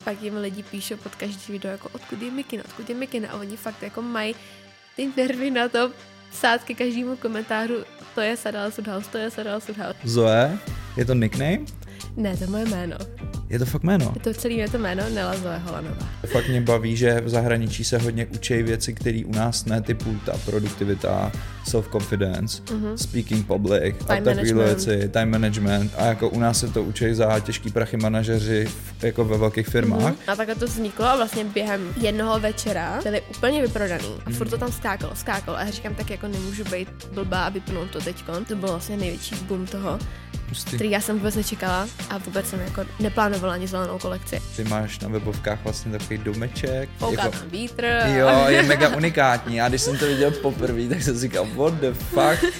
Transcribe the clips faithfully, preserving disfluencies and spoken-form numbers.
Pak jim lidi píšou pod každý video, jako odkud je mikina, odkud je mikina a oni fakt jako mají ty nervy na to psát ke každému komentářu, to je Sadal Sudhaus, to je Sadal Sudhaus. Zoe, je to nickname? Ne, to je moje jméno. Je to fakt jméno? Je to celý je to jméno Nela Zoe Holanová. Fakt mě baví, že v zahraničí se hodně učí věci, které u nás ne, typu ta produktivita, self-confidence, mm-hmm. speaking public time a takové věci, time management a jako u nás se to učí za těžký prachy manažeři jako ve velkých firmách. Mm-hmm. A takhle to vzniklo a vlastně během jednoho večera byli úplně vyprodaný a furt to tam skákalo, skákalo a já říkám, tak jako nemůžu být blbá a vypnout to teďkon. To byl vlastně největší boom toho, Pustý. který já jsem vůbec nečekala a vůbec jsem jako neplánovala ani zelenou kolekci. Ty máš na webovkách vlastně takový domeček. Fouká jako... tam vítr. Jo, je mega unikátní. A když jsem to viděl poprvé, tak jsem si říkal, what the fuck?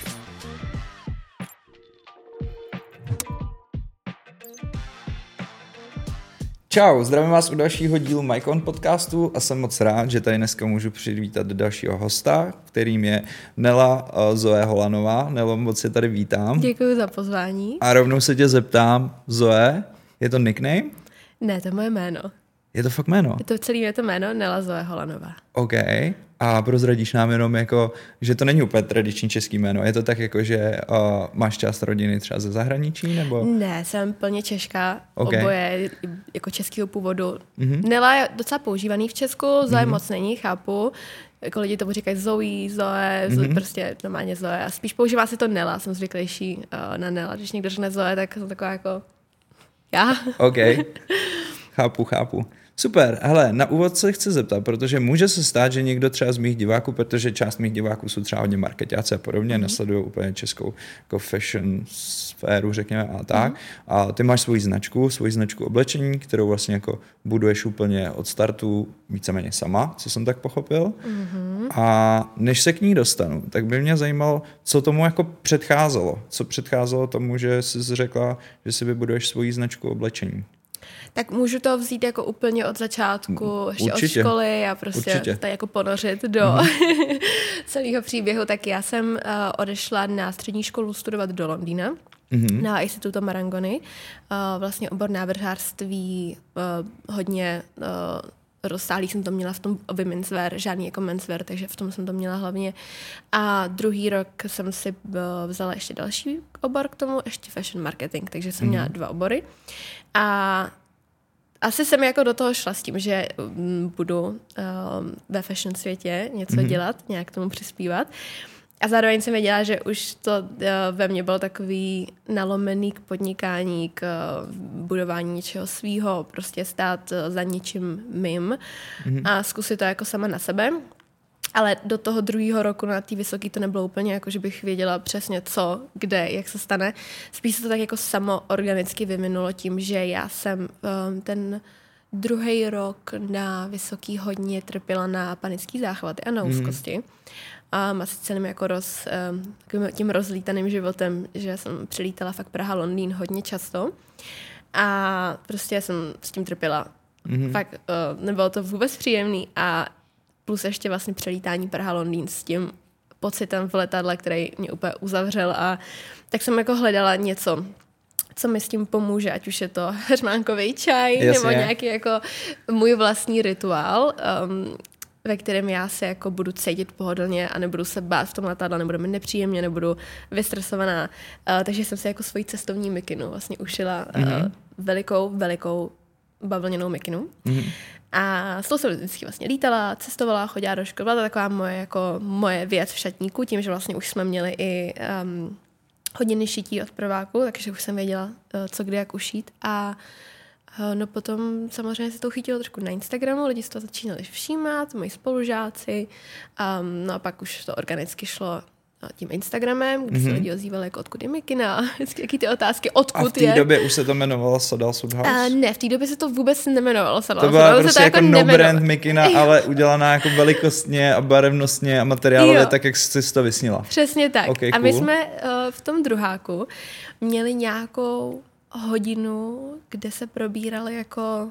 Čau, zdravím vás u dalšího dílu MyCon podcastu a jsem moc rád, že tady dneska můžu přivítat dalšího hosta, kterým je Nela uh, Zoe Holanová. Nelo, moc se tady vítám. Děkuji za pozvání. A rovnou se tě zeptám, Zoe, je to nickname? Ne, to je moje jméno. Je to fakt jméno? Je to celý je to jméno Nela Zoe Holanová. OK. A prozradíš nám jenom jako, že to není úplně tradiční český jméno. Je to tak jako, že uh, máš část rodiny třeba ze zahraničí, nebo? Ne, jsem plně Češka, okay. Oboje jako českého původu. Mm-hmm. Nela je docela používaný v Česku, Zoe mm-hmm. moc není, chápu. Jako lidi tomu říkají Zoe, Zoe, mm-hmm. prostě normálně Zoe. A spíš používá se to Nela, jsem zvyklejší uh, na Nela. Když někdo řekne Zoe, tak jsem taková jako já. OK, chápu, chápu. Super, hele, na úvod se chci zeptat, protože může se stát, že někdo třeba z mých diváků, protože část mých diváků jsou třeba hodně marketáci a podobně, mm-hmm. nesledují úplně českou jako fashion sféru, řekněme, a tak. Mm-hmm. A ty máš svoji značku, svoji značku oblečení, kterou vlastně jako buduješ úplně od startu víceméně sama, co jsem tak pochopil. Mm-hmm. A než se k ní dostanu, tak by mě zajímalo, co tomu jako předcházelo. Co předcházelo tomu, že jsi řekla, že si vybuduješ svoji značku oblečení. Tak můžu to vzít jako úplně od začátku, ještě Určitě. od školy a prostě Určitě. tady jako ponořit do mm-hmm. celého příběhu. Tak já jsem uh, odešla na střední školu studovat do Londýna, mm-hmm. na Instituto Marangoni. Uh, vlastně obor návrhářství, uh, hodně uh, rozsáhlý jsem to měla v tom women's wear, žádný jako men's wear, takže v tom jsem to měla hlavně. A druhý rok jsem si uh, vzala ještě další obor k tomu, ještě fashion marketing, takže jsem mm-hmm. měla dva obory. A asi jsem jako do toho šla s tím, že budu um, ve fashion světě něco mm-hmm. dělat, nějak tomu přispívat. A zároveň jsem věděla, že už to uh, ve mně bylo takový nalomený k podnikání, k uh, budování něčeho svýho, prostě stát uh, za něčím mým mm-hmm. a zkusit to jako sama na sebe. Ale do toho druhého roku na té vysoký to nebylo úplně jako, že bych věděla přesně co, kde, jak se stane. Spíš se to tak jako samo organicky vyvinulo tím, že já jsem um, ten druhý rok na vysoký hodně trpěla na panický záchvaty a na úzkosti. Mm. A asi celým jako roz, um, tím rozlítaným životem, že jsem přilítala fakt Praha, Londýn hodně často. A prostě jsem s tím trpěla. Mm. Fakt uh, nebylo to vůbec příjemný a plus ještě vlastně přelítání Praha-Londýn s tím pocitem v letadle, který mě úplně uzavřel a tak jsem jako hledala něco, co mi s tím pomůže, ať už je to heřmánkový čaj Jasně. nebo nějaký jako můj vlastní rituál, um, ve kterém já se jako budu cítit pohodlně a nebudu se bát v tom letadle, nebudu mi nepříjemně, nebudu vystresovaná. Uh, takže jsem si jako svoji cestovní mikinu vlastně ušila uh, mm-hmm. velikou, velikou bavlněnou mikinu. Mm-hmm. A s tou jsem vždycky vlastně lítala, cestovala, chodila do školy. Byla to taková moje, jako moje věc v šatníku, tím, že vlastně už jsme měli i um, hodiny šití od prváku, takže už jsem věděla, uh, co kdy jak ušít. A uh, no potom samozřejmě se to chytilo trošku na Instagramu, lidi si to začínali všímat, moji spolužáci. Um, no a pak už to organicky šlo tím Instagramem, kde mm-hmm. se lidi ozývali, jako odkud je mikina, jaký ty otázky, odkud je. A v té je. době už se to jmenovalo Sadal Sudhaus? Uh, ne, v té době se to vůbec nemenovalo Sadal Sudhaus. To byla Sudhaus, prostě jako, jako no brand mikina, ale udělaná jako velikostně a barevnostně a materiálově, tak jak jsi to vysnila. Přesně tak. Okay, a my cool. jsme uh, v tom druháku měli nějakou hodinu, kde se probíraly jako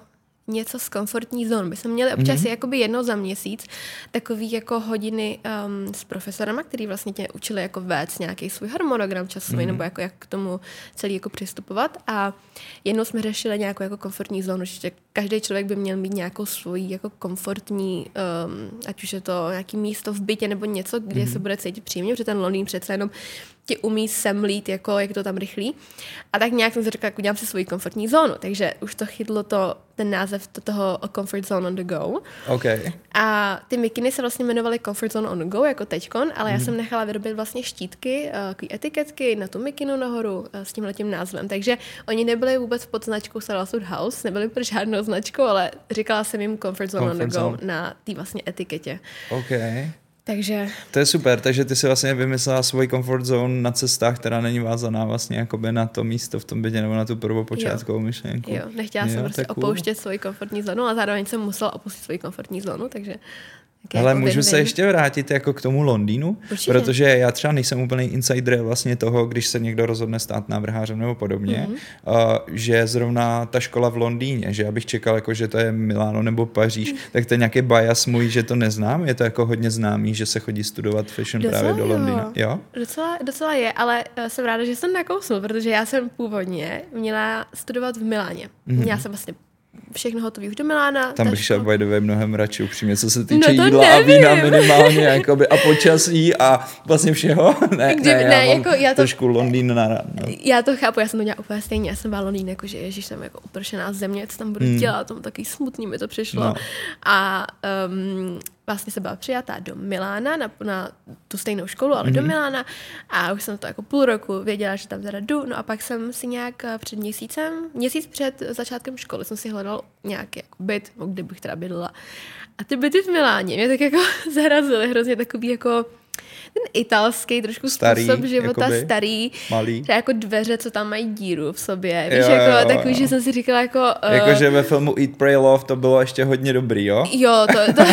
něco z komfortní zóny. My jsme měli občas Mhm. jakoby jednou za měsíc takový jako hodiny um, s profesorama, který vlastně tě učili jako vést nějaký svůj harmonogram časový, Mhm. nebo jako jak k tomu celý jako přistupovat. A jednou jsme řešili nějakou jako komfortní zónu, že každý člověk by měl mít nějakou svoji jako komfortní, um, ať už je to nějaký místo v bytě nebo něco, kde Mhm. se bude cítit příjemně, protože ten Londýn přece jenom ti umí semlít, jako jak to tam rychlí. A tak nějak jsem si řekla, jak udělám si svoji komfortní zónu. Takže už to chytlo to, ten název to, toho Comfort Zone on the Go. Okay. A ty mikiny se vlastně jmenovaly Comfort Zone on the Go jako teďkon, ale mm. já jsem nechala vyrobit vlastně štítky, takový etiketky na tu mikinu nahoru s tímhletím názvem. Takže oni nebyli vůbec pod značkou Saraswood House, nebyli pod žádnou značkou, ale říkala jsem jim Comfort Zone Comfort on the Go zone. Na té vlastně etiketě. Okay. Takže... To je super, takže ty si vlastně vymyslela svůj comfort zone na cestách, která není vázaná vlastně jakoby na to místo v tom bytě nebo na tu prvopočátkovou jo. myšlenku. Jo, nechtěla jo, jsem prostě opouštět cool. svoji komfortní zónu a zároveň jsem musela opustit svoji komfortní zónu, takže... Ale můžu win-win. se ještě vrátit jako k tomu Londýnu, Určitě. Protože já třeba nejsem úplný insider vlastně toho, když se někdo rozhodne stát návrhářem nebo podobně, mm-hmm. uh, že zrovna ta škola v Londýně, že já bych čekal, jako, že to je Miláno nebo Paříž, mm. tak to je nějaký bias můj, že to neznám, je to jako hodně známý, že se chodí studovat fashion docela právě do Londýna. Jo. Jo? Docela, docela je, ale uh, jsem ráda, že jsem nakousnul, protože já jsem původně měla studovat v Miláně. Mm-hmm. Měla jsem vlastně všechno hotové už do Milána. Tam bych šel by the way mnohem radši upřímně, co se týče no jídla nevím. a vína minimálně jakoby, a počasí a vlastně všeho. Ne, Kdyby, ne, ne já jako já to, trošku Londýn na rád. No. Já to chápu, já jsem to dělala úplně stejně, já jsem byla Londýn, jakože ježiš, jsem jako upršená země, co tam budu hmm. dělat, tomu taky smutný mi to přišlo. No. A um, vlastně se byla přijatá do Milána, na, na tu stejnou školu, ale mm-hmm. do Milána a už jsem to jako půl roku věděla, že tam teda jdu, no a pak jsem si nějak před měsícem, měsíc před začátkem školy jsem si hledala nějaký jako byt, kde bych teda bydlela. A ty byty v Miláně mě tak jako zarazily hrozně takový jako ten italský trošku starý, způsob života, jakoby, starý, malý. Že jako dveře, co tam mají díru v sobě. Víš, jo, jako jo, takový, jo. Že jsem si říkala jako... Uh, Jakože ve filmu Eat, Pray, Love to bylo ještě hodně dobrý, jo? Jo, to, to,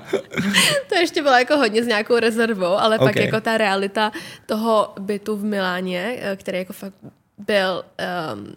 to ještě bylo jako hodně s nějakou rezervou, ale okay. Pak jako ta realita toho bytu v Miláně, který jako fakt byl... Um,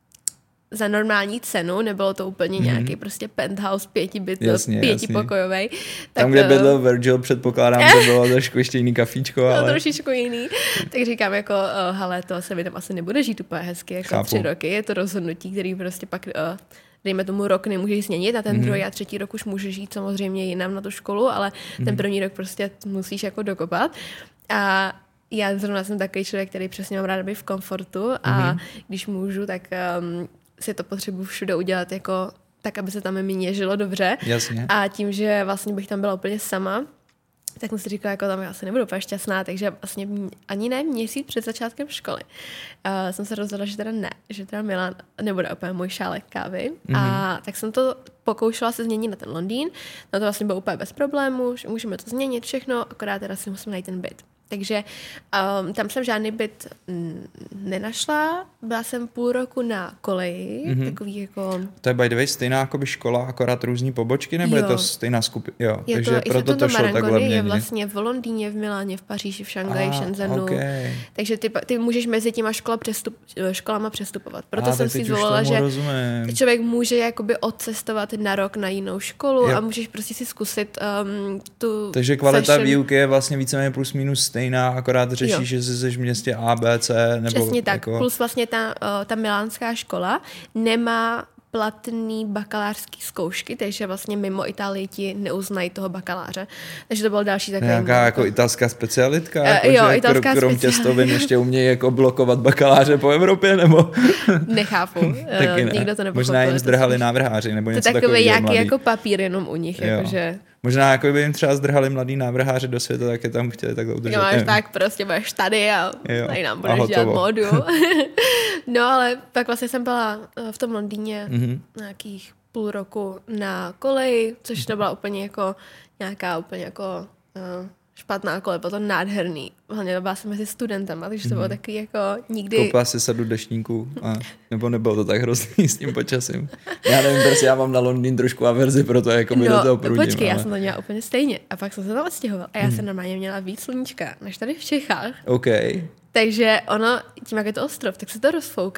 za normální cenu, nebylo to úplně nějaký mm. prostě penthouse pětibyt, pětipokojovej. Tak, tam, kde bydlel Virgil, předpokládám, že bylo trošku ještě jiný kafíčko, ale... No, trošičku jiný. Tak říkám jako, uh, hele, to se mi tam asi nebude žít úplně hezky, jako Chápu. tři roky. Je to rozhodnutí, který prostě pak, uh, dejme tomu rok, nemůžeš změnit a ten mm. druhý a třetí rok už můžeš žít samozřejmě jinam na tu školu, ale mm. ten první rok prostě musíš jako dokopat. A já zrovna jsem takový člověk, který přesně mám ráda být v komfortu a mm. když můžu, tak... Um, si to potřebuji všude udělat jako tak, aby se tam mě žilo dobře. Jasně. A tím, že vlastně bych tam byla úplně sama, tak jsem si říkala, jako tam já asi nebudu úplně šťastná, takže vlastně ani ne měsíc před začátkem školy. Uh, jsem se rozhodla, že teda ne, že teda Milán nebude úplně můj šálek kávy. Mm-hmm. A tak jsem to pokoušela se změnit na ten Londýn. No to vlastně bylo úplně bez problémů, že můžeme to změnit všechno, akorát teda si musím najít ten byt. Takže um, tam jsem žádný byt n- nenašla. Byla jsem půl roku na koleji. Mm-hmm. Takový jako... To je by the way stejná jakoby škola, akorát různý pobočky, nebo jo. Je to stejná skupina? Jo, je takže to, proto to, to šlo takhle měnit. Je vlastně v Londýně, v Miláně, v Paříži, v Šanghaji, v Shenzhenu. Okay. Takže ty, ty můžeš mezi těma škola přestup, školama přestupovat. Proto a, jsem si zvolila, že rozumím. člověk může jakoby odcestovat na rok na jinou školu jo. A můžeš prostě si zkusit um, tu Takže kvalita session. Výuky je vlastně víceméně plus minus stejná, akorát řešíš, jo. Že jsi v městě A, B, C. Nebo přesně tak. Jako... Plus vlastně ta, ta milánská škola nemá platný bakalářský zkoušky, takže vlastně mimo Itálii ti neuznají toho bakaláře. Takže to byl další takový... Nějaká jako italská specialitka? Uh, jako, jo, že italská krom specialitka. těstovin ještě umějí jako blokovat bakaláře po Evropě, nebo? Nechápu. Taky ne. Nikdo to nepochopil. Možná jim zdrhali návrháři, nebo něco takového. To takový nějaký jako papír jenom u nich, jakože... Možná jako by jim třeba zdrhali mladý návrháři do světa, tak je tam chtěli takhle udržet. Jo, máš tak prostě budeš tady a jo, tady nám budeš dělat módu. No ale pak vlastně jsem byla v tom Londýně mm-hmm. nějakých půl roku na koleji, což to byla úplně jako nějaká úplně jako uh, špatná kolej, bylo to nádherný. Hlavně byla jsem mezi studentama, takže to bylo takový jako nikdy... Koupila si sadu deštníků, a, nebo nebylo to tak hrozný s tím počasím. Já nevím, prostě já mám na Londýn trošku averzi, proto jako by no, do toho prudím. Počkej, ale... já jsem to měla úplně stejně. A pak jsem se tam odstěhovala. A já hmm. jsem normálně měla víc sluníčka, než tady v Čechách. OK. Takže ono, tím jak je to ostrov, tak se to rozfouká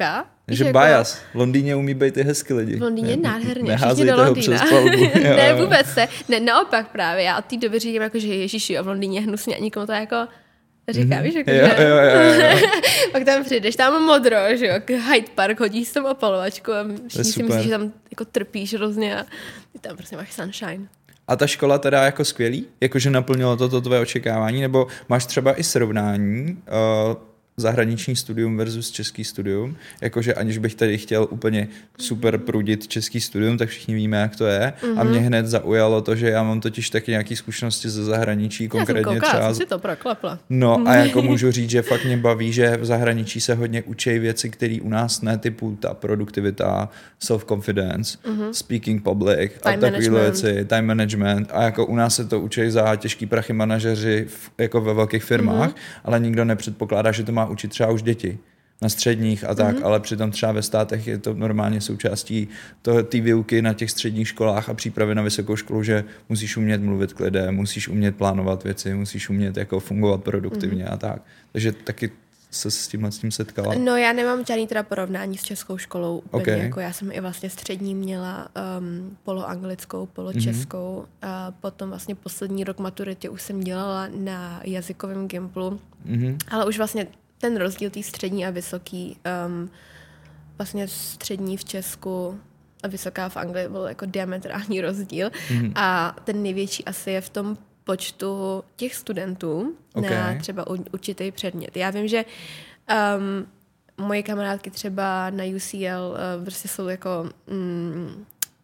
že jako... bias. V Londýně umí být i hezky lidi. V Londýně je nádherně. Neházejte ho přes palbu. Ne, vůbec se. Ne, naopak právě. Já od té doby říkám, jako, že ježiši, a v Londýně je hnusně a nikomu to jako říká, mm-hmm. víš, jako, jo, že... Jo, jo, jo. Pak tam přijdeš, tam modro, že jo, Hyde Park, hodíš s tom opalovačku a všichni si myslíš, že tam jako trpíš hrozně a ty tam prostě máš sunshine. A ta škola teda jako skvělý? Jakože naplnilo toto tvoje očekávání? Nebo máš třeba i srovnání uh, zahraniční studium versus český studium? Jakože aniž bych tady chtěl úplně super prudit český studium, tak všichni víme, jak to je. Mm-hmm. A mě hned zaujalo to, že já mám totiž taky nějaký zkušenosti ze zahraničí. Konkrétně já jsem koukala, třeba... si to proklepla. No a jako můžu říct, že fakt mě baví, že v zahraničí se hodně učí věci, které u nás ne, typu ta produktivita, self-confidence, mm-hmm. speaking public time a takové věci, time management. A jako u nás se to učí za těžký prachy manažeři v, jako ve velkých firmách, mm-hmm. ale nikdo nepředpokládá, že to má učit třeba už děti na středních a tak, mm-hmm. ale přitom třeba ve státech je to normálně součástí té výuky na těch středních školách a přípravy na vysokou školu, že musíš umět mluvit k lidem, musíš umět plánovat věci, musíš umět jako fungovat produktivně mm-hmm. a tak. Takže taky se s tím, s tím setkala? No já nemám žádný teda porovnání s českou školou úplně, okay. jako já jsem i vlastně střední měla um, poloanglickou, poločeskou mm-hmm. a potom vlastně poslední rok maturitě už jsem dělala na jazykovém gimplu, mm-hmm. ale už vlastně ten rozdíl tý střední a vysoký, um, vlastně střední v Česku a vysoká v Anglii byl jako diametrální rozdíl mm-hmm. a ten největší asi je v tom počtu těch studentů okay. na třeba určitý předmět. Já vím, že um, moje kamarádky třeba na U C L uh, prostě jsou jako mm,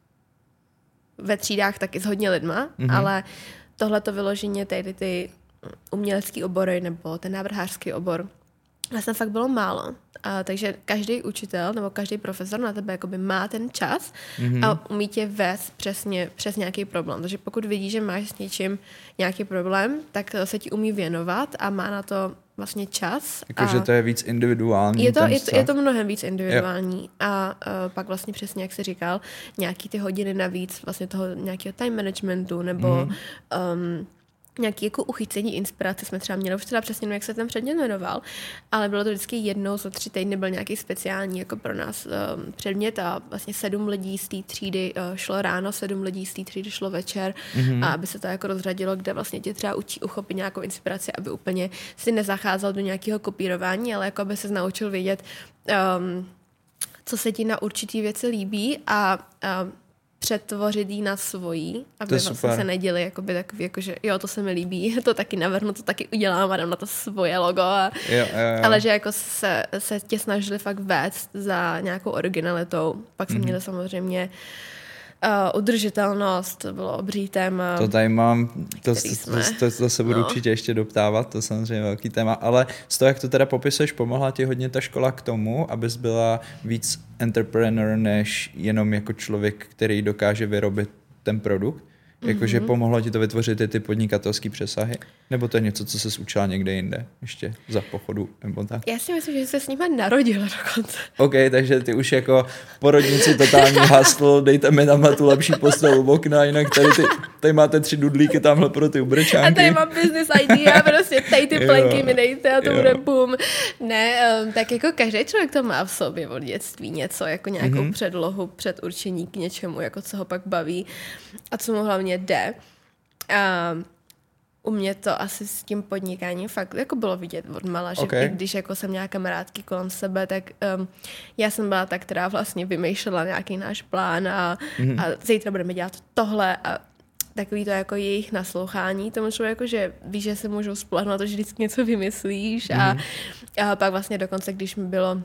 ve třídách taky s hodně lidma, mm-hmm. ale tohle to vyloženě tady ty umělecký obory nebo ten návrhářský obor vlastně fakt bylo málo. A, takže každý učitel nebo každý profesor na tebe jakoby má ten čas mm-hmm. a umí tě vést přesně přes nějaký problém. Takže pokud vidí, že máš s něčím nějaký problém, tak se ti umí věnovat a má na to vlastně čas. Jakože to je víc individuální. Je to, je to, je to mnohem víc individuální. Jo. A uh, pak vlastně přesně, jak jsi říkal, nějaký ty hodiny navíc vlastně toho nějakého time managementu nebo mm-hmm. um, nějaký jako uchycení inspirace jsme třeba měli, už teda přesně, jak se ten předmět jmenoval, ale bylo to vždycky jednou za tři týdny, byl nějaký speciální jako pro nás um, předmět a vlastně sedm lidí z té třídy uh, šlo ráno, sedm lidí z té třídy šlo večer mm-hmm. a aby se to jako rozřadilo, kde vlastně tě třeba učí uchopit nějakou inspiraci, aby úplně si nezacházel do nějakého kopírování, ale jako aby se naučil vědět, um, co se ti na určitý věci líbí a um, přetvořit jí na svojí, aby vlastně se neděli jakoby takový, jakože jo, to se mi líbí, to taky navrhnu, to taky udělám a dám na to svoje logo. A, jo, jo, jo. Ale že jako se, se tě snažili fakt vést za nějakou originalitou. Pak jsem mm-hmm. měla samozřejmě uh, udržitelnost, to bylo obří téma. To tady mám, to, jsme, to, to, to se budu no. určitě ještě doptávat, to je samozřejmě velký téma, ale z toho, jak to teda popisuješ, pomohla ti hodně ta škola k tomu, abys byla víc entrepreneur, než jenom jako člověk, který dokáže vyrobit ten produkt? Jakože mm-hmm. pomohlo ti to vytvořit ty, ty podnikatelský přesahy? Nebo to je něco, co se učila někde jinde? Ještě za pochodu nebo tak? Já si myslím, že se s nima narodila dokonce. OK, takže ty už jako porodnici totální hasl, dejte mi tamhle tu lepší postel u okna, jinak tady, ty, tady máte tři dudlíky tamhle pro ty ubrečánky. A tady mám business idea, prostě tady ty plenky mi dejte a to jo. bude boom. Ne, um, tak jako každý člověk to má v sobě od dětství něco, jako nějakou mm-hmm. předlohu, předurčení k něčemu, jako co ho pak baví a co mu hlavně jde. A u mě to asi s tím podnikáním fakt jako bylo vidět od mala, že okay. když jako jsem měla kamarádky kolem sebe, tak um, já jsem byla ta, která vlastně vymýšlela nějaký náš plán a, mm-hmm. a zítra budeme dělat tohle a takový to jako jejich naslouchání tomu člověku, že víš, že se můžou spolehnout na to, že vždycky něco vymyslíš mm-hmm. a, a pak vlastně dokonce, když mi bylo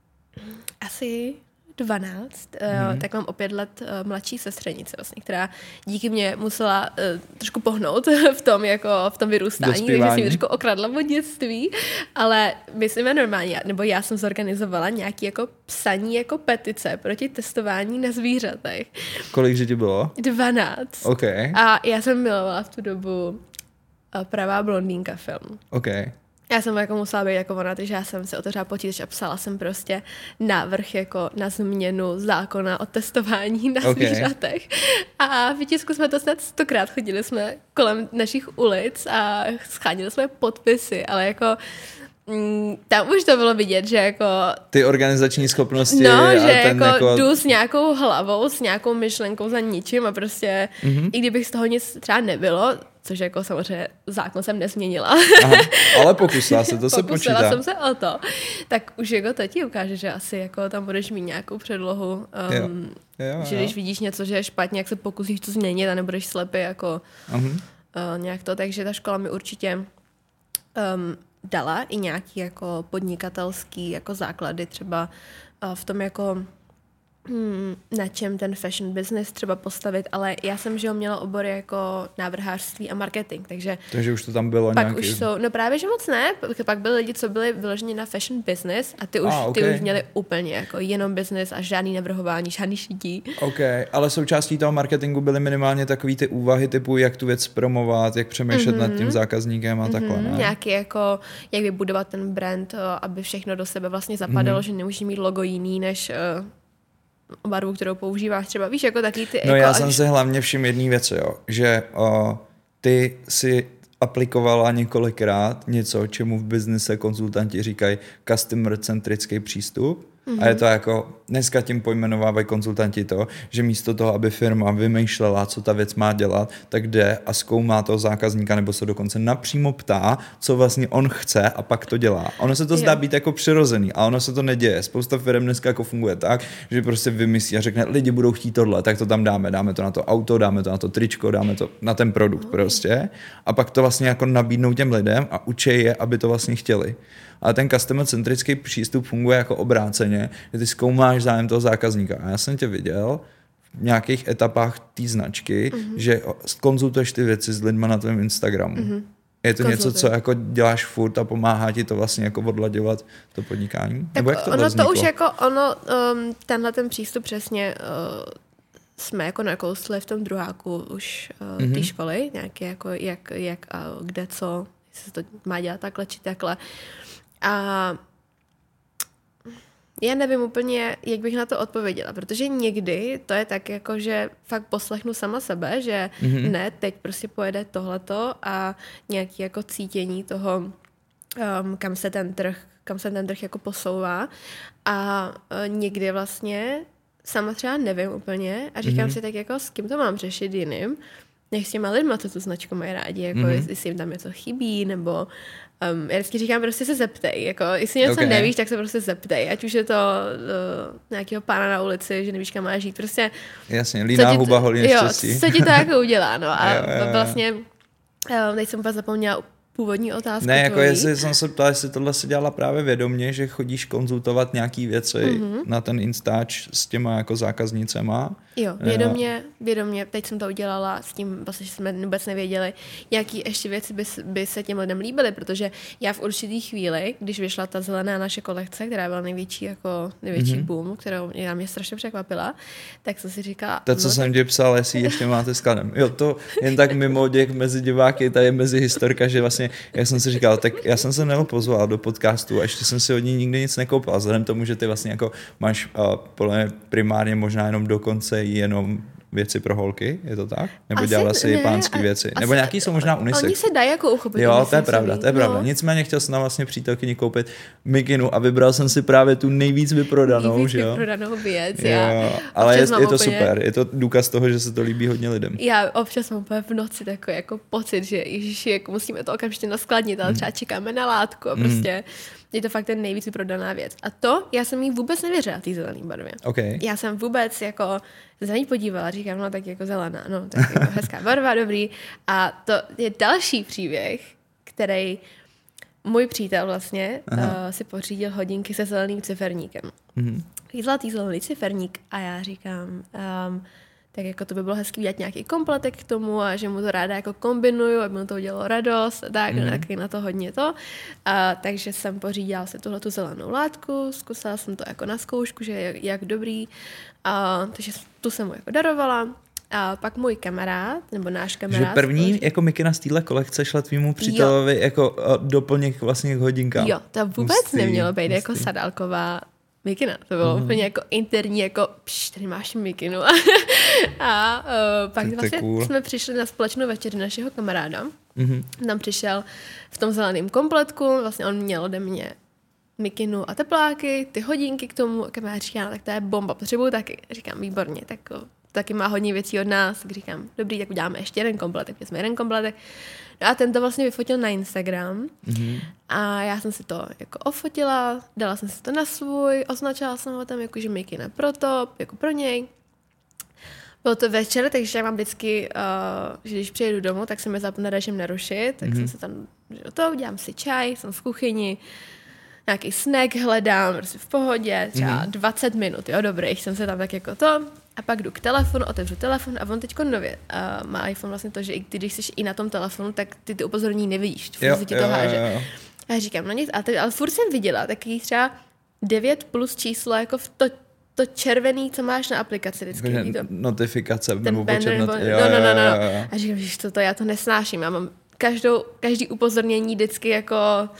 asi dvanáct, mm-hmm. tak mám o pět let mladší sestřenici, vlastně, která díky mě musela uh, trošku pohnout v tom, jako v tom vyrůstání, takže jsem ji trošku okradla od dětství, ale myslím, že normálně, nebo já jsem zorganizovala nějaký jako psaní jako petice proti testování na zvířatech. Kolik že ti bylo? dvanáct. Okay. A já jsem milovala v tu dobu uh, Pravá blondýnka film. Okay. Já jsem jako musela být jako ona, takže já jsem si otevřela počítač a psala jsem prostě návrh jako na změnu zákona o testování na okay. zvířatech. A v Těsku jsme to snad stokrát chodili jsme kolem našich ulic a schánili jsme podpisy, ale jako mm, tam už to bylo vidět, že jako... Ty organizační schopnosti no, a že ten jako, jako... jdu s nějakou hlavou, s nějakou myšlenkou za ničím a prostě, mm-hmm. i kdybych z toho nic třeba nebylo, což jako samozřejmě zákon jsem nezměnila. Aha, ale pokusila se, to se počítá. Pokusila jsem se o to. Tak už jako to ti ukáže, že asi jako tam budeš mít nějakou předlohu, um, jo. Jo, že jo. když vidíš něco, že je špatně, jak se pokusíš to změnit a nebudeš slepý jako uh-huh. uh, nějak to. Takže ta škola mi určitě um, dala i nějaký jako podnikatelský jako základy třeba uh, v tom jako Hmm, na čem ten fashion business třeba postavit, ale já jsem, že ho měla obory jako návrhářství a marketing, takže... Takže už to tam bylo pak nějaký... už jsou, no právě, že moc ne, pak byli lidi, co byli vyloženi na fashion business a ty už, ah, okay. ty už měli úplně jako jenom business a žádný navrhování, žádný šití. Ok, ale součástí toho marketingu byly minimálně takový ty úvahy typu, jak tu věc promovat, jak přemýšlet mm-hmm. nad tím zákazníkem a mm-hmm. takhle, ne? Nějaký jako, jak vybudovat ten brand, aby všechno do sebe vlastně zapadalo, mm-hmm. že nemůže mít logo jiný, než... barvu, kterou používáš třeba, víš, jako taky ty... No jako já až... jsem si hlavně všiml jedný věci, jo, že o, ty si aplikovala několikrát něco, čemu v biznise konzultanti říkají customer-centrický přístup. Mm-hmm. A je to jako, dneska tím pojmenovávají konzultanti to, že místo toho, aby firma vymýšlela, co ta věc má dělat, tak jde a zkoumá toho zákazníka, nebo se dokonce napřímo ptá, co vlastně on chce a pak to dělá. Ono se to zdá být jako přirozený, a ono se to neděje. Spousta firm dneska jako funguje tak, že prostě vymyslí a řekne, lidi budou chtít tohle, tak to tam dáme, dáme to na to auto, dáme to na to tričko, dáme to na ten produkt prostě. A pak to vlastně jako nabídnou těm lidem a učí je, aby to vlastně chtěli. Ale ten customer-centrický přístup funguje jako obráceně, že ty zkoumáš zájem toho zákazníka. A já jsem tě viděl v nějakých etapách té značky, mm-hmm. že konzultuješ ty věci s lidma na tvém Instagramu. Mm-hmm. Je to Konzultuj. něco, co jako děláš furt a pomáhá ti to vlastně jako odlaďovat to podnikání? Tak Nebo jak to ono vzniklo? to už jako ono, um, tenhle ten přístup přesně uh, jsme jako nakousli v tom druháku už uh, mm-hmm. té školy, nějaký jako jak, jak a kde co, jestli se to má dělat takhle či takhle. A já nevím úplně, jak bych na to odpověděla, protože někdy to je tak jako, že fakt poslechnu sama sebe, že mm-hmm. ne, teď prostě pojede tohleto a nějaký jako cítění toho, um, kam se ten trh, kam se ten trh jako posouvá a uh, někdy vlastně sama třeba nevím úplně a říkám mm-hmm. si tak jako, s kým to mám řešit jiným, než s těma lidma, co tu značku mají rádi, jako mm-hmm. jestli jim tam něco chybí, nebo um, já vždycky říkám, prostě se zeptej, jako jestli něco okay. nevíš, tak se prostě zeptej, ať už je to uh, nějakého pána na ulici, že nevíš, kam máš žít, prostě... Jasně, líná huba, holí neštěstí. Jo, co ti to jako udělá, no a jo, jo, jo. vlastně, um, teď jsem úplně zapomněla původní otázku. Ne, jako tvojí. Jestli jsem se ptala, jestli tohle si dělala právě vědomě, že chodíš konzultovat nějaký věci mm-hmm. na ten Instač s těma jako zákaznicema. Jo, vědomě, vědomě, teď jsem to udělala s tím, vlastně, že jsme vůbec nevěděli, jaký ještě věci by, by se těm lidem líbily, protože já v určitý chvíli, když vyšla ta zelená naše kolekce, která byla největší jako největší mm-hmm. boom, kterou mě, mě strašně překvapila, tak jsem si říkala... To, co no, jsem tak... ti psal, jestli ještě máte skladem. Jo, to jen tak mimo děk mezi diváky, tady je mezi historka, že vlastně, jak jsem si říkal, tak já jsem se Nelu pozval do podcastu a ještě jsem si od ní nikdy nic nekoupil. Vzhledem tomu, že ty vlastně jako máš uh, primárně možná jenom dokonce jenom věci pro holky, je to tak? Nebo asi dělala si japánský věci? Nebo nějaký jsou možná unisex? Oni se dají jako uchopit. Jo, to je pravda, to je pravda. No. Nicméně chtěl jsem na vlastně přítelkyni koupit mikinu a vybral jsem si právě tu nejvíc vyprodanou, nejvíc že jo? vyprodanou věc, jo, já. Ale je, je to úplně... super, je to důkaz toho, že se to líbí hodně lidem. Já občas mám v noci takový jako pocit, že ježiši, jako musíme to okamžitě naskladnit, ale třeba čekáme na látku a prostě je to fakt ten nejvíc vyprodaná věc. A to, já jsem jí vůbec nevěřila, té zelené barvě. Okay. Já jsem vůbec jako za ní podívala, říkám, no tak jako zelená, no tak jako hezká barva, dobrý. A to je další příběh, který můj přítel vlastně uh, si pořídil hodinky se zeleným ciferníkem. Mm-hmm. Zlatý zelený ciferník a já říkám... Um, tak jako to by bylo hezký udělat nějaký kompletek k tomu a že mu to ráda jako kombinuju, aby mu to udělalo radost a tak, mm. taky na to hodně to. A, takže jsem pořídila si tuhletu zelenou látku, zkusila jsem to jako na zkoušku, že je jak dobrý, a, takže tu jsem mu jako darovala. A pak můj kamarád, nebo náš kamarád... Že první spoří... jako mikina z téhle kolekce šla tvýmu přítelovi jo. jako doplněk vlastně k hodinkám. Jo, to vůbec hustý, nemělo být hustý. Jako sadálková mikina. To bylo mm. úplně jako interní, jako pš, tady máš mikinu. A uh, pak vlastně cool. jsme přišli na společnou večeři našeho kamaráda. Mm-hmm. Tam přišel v tom zeleném kompletku, vlastně on měl ode mě mikinu a tepláky, ty hodinky k tomu, kamarád říká, no, tak to je bomba, potřebuju taky. Říkám, výborně, tak taky má hodně věcí od nás, tak říkám, dobrý, tak uděláme ještě jeden kompletek, jsme jeden kompletek. No a ten to vlastně vyfotil na Instagram mm-hmm. a já jsem si to jako ofotila, dala jsem si to na svůj, označila jsem ho tam jako, že mikina pro to, jako pro něj. Byl to večer, takže já mám vždycky, uh, že když přijedu domů, tak se mi zapne režim nerušit, tak mm-hmm. jsem se tam, že to, udělám si čaj, jsem v kuchyni, nějaký snack hledám, prostě v pohodě, třeba mm. dvacet minut, jo, dobrý, jsem se tam tak jako to, a pak jdu k telefonu, otevřu telefon a on teďko nově uh, má iPhone vlastně to, že i když jsi i na tom telefonu, tak ty ty upozornění nevidíš, furt si ti to jo, háže. Jo, jo. A já říkám, no nic, ale, ale furt jsem viděla taky třeba devět plus číslo jako v to, to červený, co máš na aplikaci vždycky. Jako to, notifikace, ten nebo počet not... not... jo, no, no, no, no, no. A říkám, že to, já to nesnáším, já mám každou, každý upozornění vždycky jako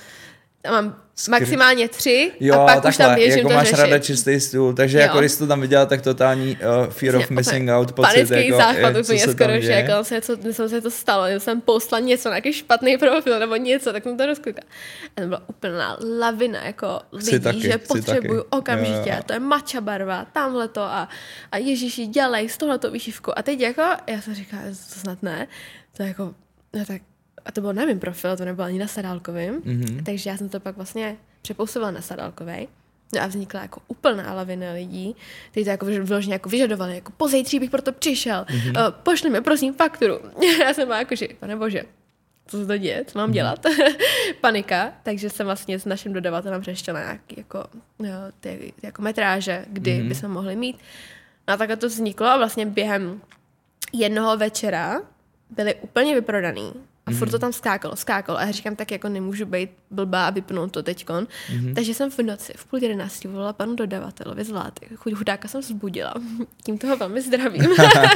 mám Skry... maximálně tři jo, a pak takhle, už tam běžím jako to máš řešit. ráda čistý stůl, takže jo. Jako když jsi to tam viděla, tak totální uh, fear of missing out pocit. Panický jako, záchvat úplně skoro, že jako se, co, co se to stalo, že jsem postla něco, nějaký špatný profil nebo něco, tak jsem to rozklikala. A to byla úplná lavina jako lidí, taky, že potřebuju taky. Okamžitě, jo. To je matcha barva, tamhle to a, a ježiši, dělej z tohleto výšivku. A teď jako, já jsem říkala, to snad ne, to je jako, no tak, a to bylo na mým profilu, to nebylo ani na Sadálkovým, mm-hmm. takže já jsem to pak vlastně přepousovala na Sadálkovej. No a vznikla jako úplná lavina lidí, kteří to jako vyloženě jako vyžadovali, jako po zítří bych proto přišel, mm-hmm. uh, pošli mi prosím fakturu. Já jsem byla jako, že pane bože, co se to děje, co mám dělat? Mm-hmm. Panika, takže jsem vlastně s naším dodavatelem řešila nějaký jako, jo, ty, ty jako metráže, kdy mm-hmm. by se mohli mít. No a takhle to vzniklo a vlastně během jednoho večera byly úplně vyprodaný. A furt to tam skákalo, skákalo. A já říkám, tak jako nemůžu být blbá a vypnout to teďkon. Mm-hmm. Takže jsem v noci, v půl jedenácti volala panu dodavateli z Láty. Chudáka jsem vzbudila. Tím toho velmi zdravím.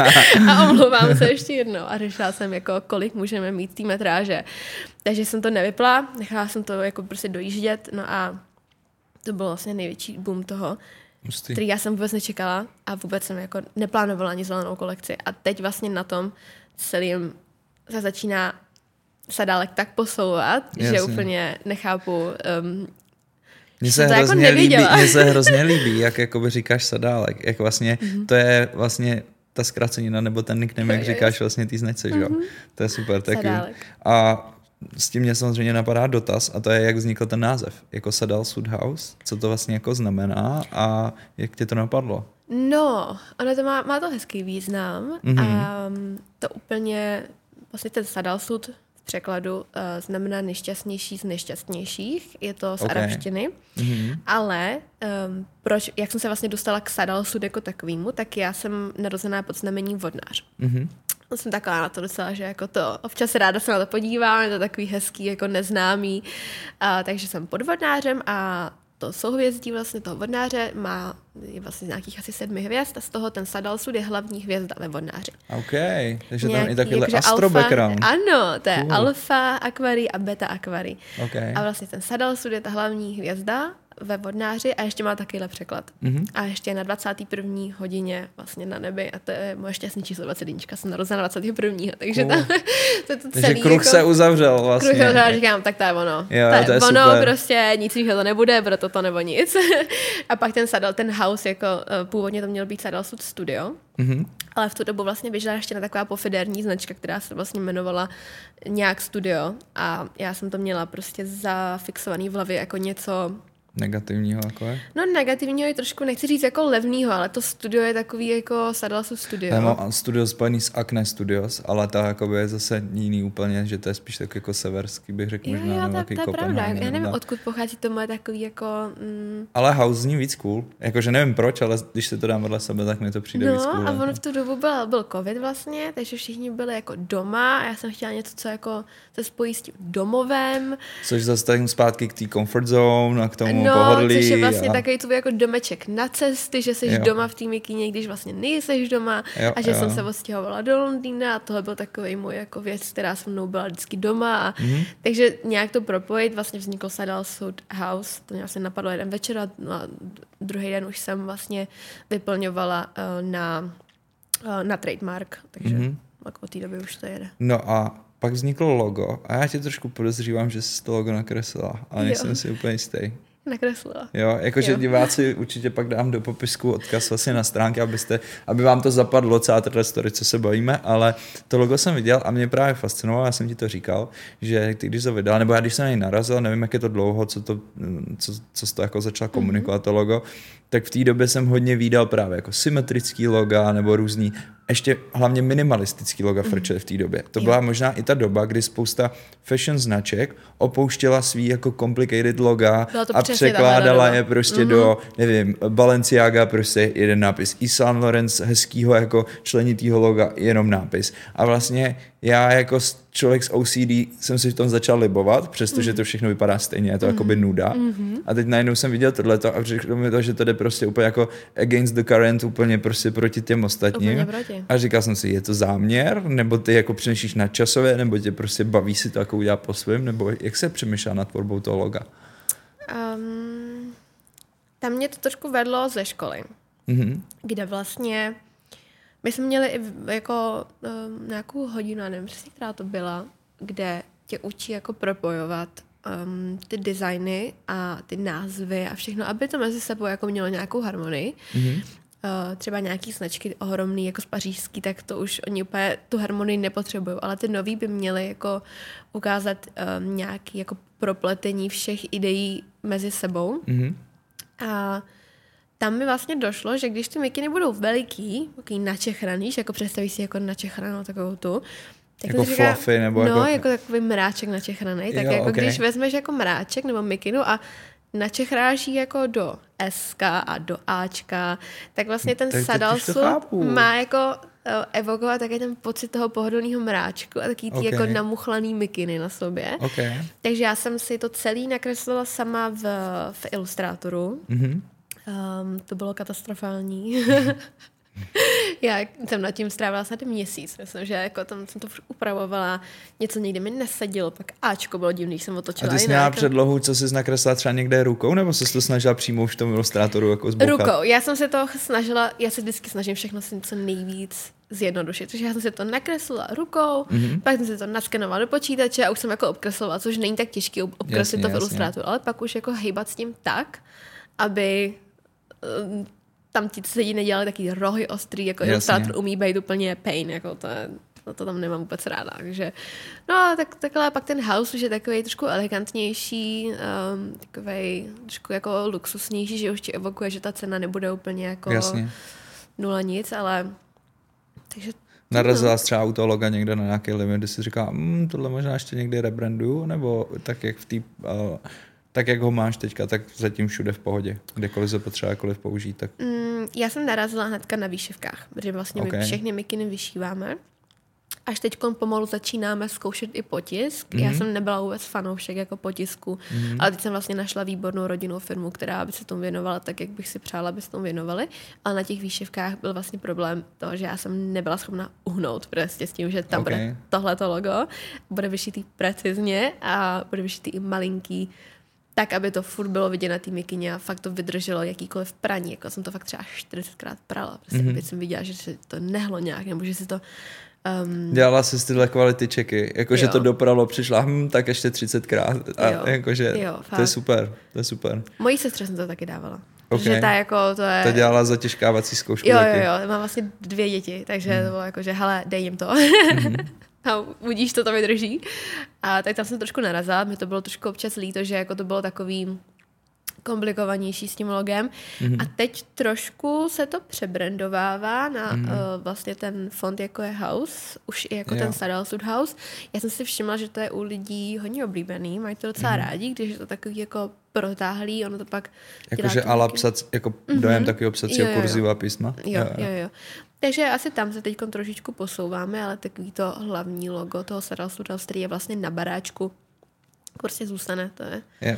A omlouvám se ještě jednou. A řešila jsem, jako, kolik můžeme mít té metráže. Takže jsem to nevypla, nechala jsem to jako prostě dojíždět. No a to byl vlastně největší boom toho,Ustý. který já jsem vůbec nečekala a vůbec jsem jako neplánovala ani zelenou kolekci. A teď vlastně na tom celým se začíná Sadálek tak posouvat, Jasně. že úplně nechápu. Um, mně se, jako líbí, mně se hrozně líbí, jak jakoby říkáš Sadálek. Jak vlastně, mm-hmm. to je vlastně ta zkracenina, nebo ten nickname, jak říkáš vlastně ty značce, mm-hmm. že jo? To je super. Tak a s tím mě samozřejmě napadá dotaz a to je, jak vznikl ten název. Jako Sadal Sud House, co to vlastně jako znamená a jak tě to napadlo? No, ono to má, má to hezký význam mm-hmm. a to úplně, vlastně ten Sadal Sud v překladu uh, znamená nejšťastnější z nejšťastnějších, je to z okay. arabštiny, mm-hmm. ale um, proč, jak jsem se vlastně dostala k Sadal Sud jako takovýmu, tak já jsem narozená pod znamením vodnář. Mm-hmm. Jsem taková na to docela, že jako to občas ráda se na to podívám, je to takový hezký, jako neznámý, uh, takže jsem pod vodnářem a to souhvězdí vlastně toho vodnáře má je vlastně nějakých asi sedmi hvězd a z toho ten Sadal Sud je hlavní hvězda ve vodnáři. OK, takže nějaký, tam i takovýhle astro alfa, background. Ano, to je cool. Alfa akvarii a beta akvarii. Okay. A vlastně ten Sadal Sud je ta hlavní hvězda ve vodnáři a ještě má takovýhle překlad. Mm-hmm. A ještě na dvacáté první hodině vlastně na nebi a to je moje šťastný číslo dvacet jedna. Jsem narozena dvacátého prvního takže cool. tam to je to celý. Takže kruh jako, se uzavřel vlastně. Kruh se uzavřel, říkám, tak to je ono. Jo, to je, to je ono, super. prostě nic jiného to nebude, proto to nebo nic. A pak ten Sadal, ten house, jako původně to měl být Sadal Sud Studio, mm-hmm. ale v tu dobu vlastně běžela ještě na taková pofidérní značka, která se vlastně jmenovala nějak Studio a já jsem to měla prostě zafixovaný v hlavě jako něco negativního jako je? No negativního je trošku, nechci říct jako levného, ale to studio je takový jako Sadal Sud Studio. Já mám studio spojený s Acne Studios, ale ta jakoby je zase jiný úplně, že to je spíš tak jako severský, bych řekl možná. Jo, jo, to, to je pravda. Já nevím, da. odkud pochází to moje takový jako... Mm... Ale house zní víc cool. Jakože nevím proč, ale když se to dám vedle sebe, tak mi to přijde no, víc cool. No a on v tu dobu byl, byl covid vlastně, takže všichni byli jako doma a já jsem chtěla něco, co jako se spojí s tím domovem. Což zase tady zpátky k té comfort zone a k tomu no, pohodlí. Což je vlastně a... takový tvůj jako domeček na cesty, že jsi jo. doma v té mikině, když vlastně nejseš doma jo, a že jo. jsem se odstěhovala do Londýna a tohle byl takový můj jako věc, která se mnou byla vždycky doma. A, mm-hmm. Takže nějak to propojit, vlastně vznikl Saddlewood House, to mě vlastně napadlo jeden večer a druhý den už jsem vlastně vyplňovala uh, na, uh, na trademark, takže mm-hmm. tak od té doby už to jede. No a pak vzniklo logo a já tě trošku podezřívám, že jsi to logo nakreslila, ale nejsem si úplně jistý. Nakreslila. Jo, jakože diváci určitě pak dám do popisku odkaz vlastně na stránky, abyste, aby vám to zapadlo, celá tato story, co se bavíme, ale to logo jsem viděl a mě právě fascinovalo, já jsem ti to říkal, že ty když to vydal, nebo já když jsem na něj narazil, nevím, jak je to dlouho, co to, co, co jsi to jako začal komunikovat, mm-hmm. to logo, tak v té době jsem hodně vídal právě jako symetrický loga nebo různý, ještě hlavně minimalistický loga mm. frčely v té době. To jo. byla možná i ta doba, kdy spousta fashion značek opouštěla svý jako complicated loga a překládala je prostě mm-hmm. do, nevím, Balenciaga prostě jeden nápis, Yves Saint Laurent hezkýho jako členitýho loga jenom nápis. A vlastně já jako člověk z O C D jsem si v tom začal libovat, přestože mm. to všechno vypadá stejně, je to mm. jakoby nuda. Mm-hmm. A teď najednou jsem viděl tohleto a řekl mi to, že to jde prostě úplně jako against the current, úplně prostě proti těm ostatním. A říkal jsem si, je to záměr, nebo ty jako přemýšlíš na časové, nebo tě prostě baví si to jako udělat po svém, nebo jak se přemýšlel nad tvorbou toho loga? Um, tam mě to trošku vedlo ze školy, mm-hmm. kde vlastně my jsme měli i jako um, nějakou hodinu, nevím přesně, která to byla, kde tě učí jako propojovat um, ty designy a ty názvy a všechno, aby to mezi sebou jako mělo nějakou harmonii. Mm-hmm. Uh, třeba nějaký značky ohromný, jako z pařížský, tak to už oni úplně tu harmonii nepotřebují, ale ty nový by měly jako ukázat um, nějaký jako propletení všech ideí mezi sebou. Mm-hmm. A tam mi vlastně došlo, že když ty mikiny budou veliký, takový načechraný, že jako představíš si jako načechranou takovou tu, tak jako říká, fluffy, nebo no, jako... jako takový mráček načechraný, tak jo, jako okay. když vezmeš jako mráček nebo mikinu a načechráš jí jako do S-ka a do Ačka, tak vlastně ten tak Saddlewood má jako uh, evokovat taky ten pocit toho pohodlného mráčku a taky ty okay. jako namuchlaný mikiny na sobě. Okay. Takže já jsem si to celý nakreslila sama v, v Illustratoru. Mm-hmm. Um, to bylo katastrofální. Já jsem nad tím strávila snad měsíc. Myslím, že jako tam jsem to upravovala, něco někde mi nesadilo, pak Ačko bylo divný, když jsem otočila. A ty jsi měla předlohu, co jsi nakreslila třeba někde rukou, nebo jsi to snažila přímo už v tom Illustratoru jako zbouchat? Rukou. Já jsem se to snažila, já se vždycky snažím všechno si co nejvíc zjednodušit. Takže já jsem si to nakreslila rukou, mm-hmm. pak jsem si to naskenovala do počítače a už jsem jako obkreslovala, což není tak těžké obkreslit to v Illustratoru, ale pak už jako hejbat s tím tak, aby um, tam ti sedí nedělali taky rohy ostrý, jako Illustrator umí být úplně pain, jako to, to, to tam nemám vůbec ráda. Takže, no tak, takhle pak ten house už je takový trošku elegantnější, um, takovej trošku jako luxusnější, že už ti evokuje, že ta cena nebude úplně jako Jasně. nula nic, ale takže narazila jsi třeba u toho loga někde na nějaký limit, kdy jsi říkala, mmm, tohle možná ještě někdy rebranduju, nebo tak jak v té... Uh, tak jak ho máš teďka, tak zatím všude v pohodě. Kdekoliv se potřeba jakkoliv použít. Tak... Mm, já jsem narazila hnedka na výšivkách, protože vlastně okay. my všechny mikiny vyšíváme. Až teď pomalu začínáme zkoušet i potisk. Mm-hmm. Já jsem nebyla vůbec fanoušek jako potisku, mm-hmm. ale teď jsem vlastně našla výbornou rodinnou firmu, která by se tomu věnovala tak, jak bych si přála, aby se tomu věnovali. Ale na těch výšivkách byl vlastně problém toho, že já jsem nebyla schopna uhnout prostě s tím, že tam okay. bude tohleto logo, bude vyšitý precizně a bude vyšitý i malinký, tak, aby to furt bylo vidět na té mikině a fakt to vydrželo jakýkoliv praní. Jako jsem to fakt třeba čtyřicetkrát prala. Prostě mm-hmm. jsem viděla, že se to nehlo nějak, nebo že si to... Um... Dělala jsi tyhle kvality checky. Jakože to dopralo, přišla, hm, tak ještě třicetkrát. A jo. Jakože jo, to je super. To je super. Mojí sestře jsem to taky dávala. Okay. Že ta jako to je... To dělala zatěžkávací zkoušku. Jo, jo, jo. Mám vlastně dvě děti, takže mm. to bylo jako, že hele, dej jim to. Mm-hmm. A udíš, to to vydrží. A tak tam jsem trošku narazila. Mě to bylo trošku občas líto, že jako to bylo takový komplikovanější s tím logem. Mm-hmm. A teď trošku se to přebrandovává na mm-hmm. uh, vlastně ten fond, jako je House, už i jako jo. ten Saddlewood House. Já jsem si všimla, že to je u lidí hodně oblíbený, mají to docela mm-hmm. rádi, když je to takový jako protáhlý, ono to pak... Jakože ala psac, jako mm-hmm. dojem takového psacího kurziva písma. Jo, jo, jo. Takže asi tam se teď trošičku posouváme, ale takový to hlavní logo toho Saddlewood House, který je vlastně na baráčku, prostě zůstane, to je... Jo.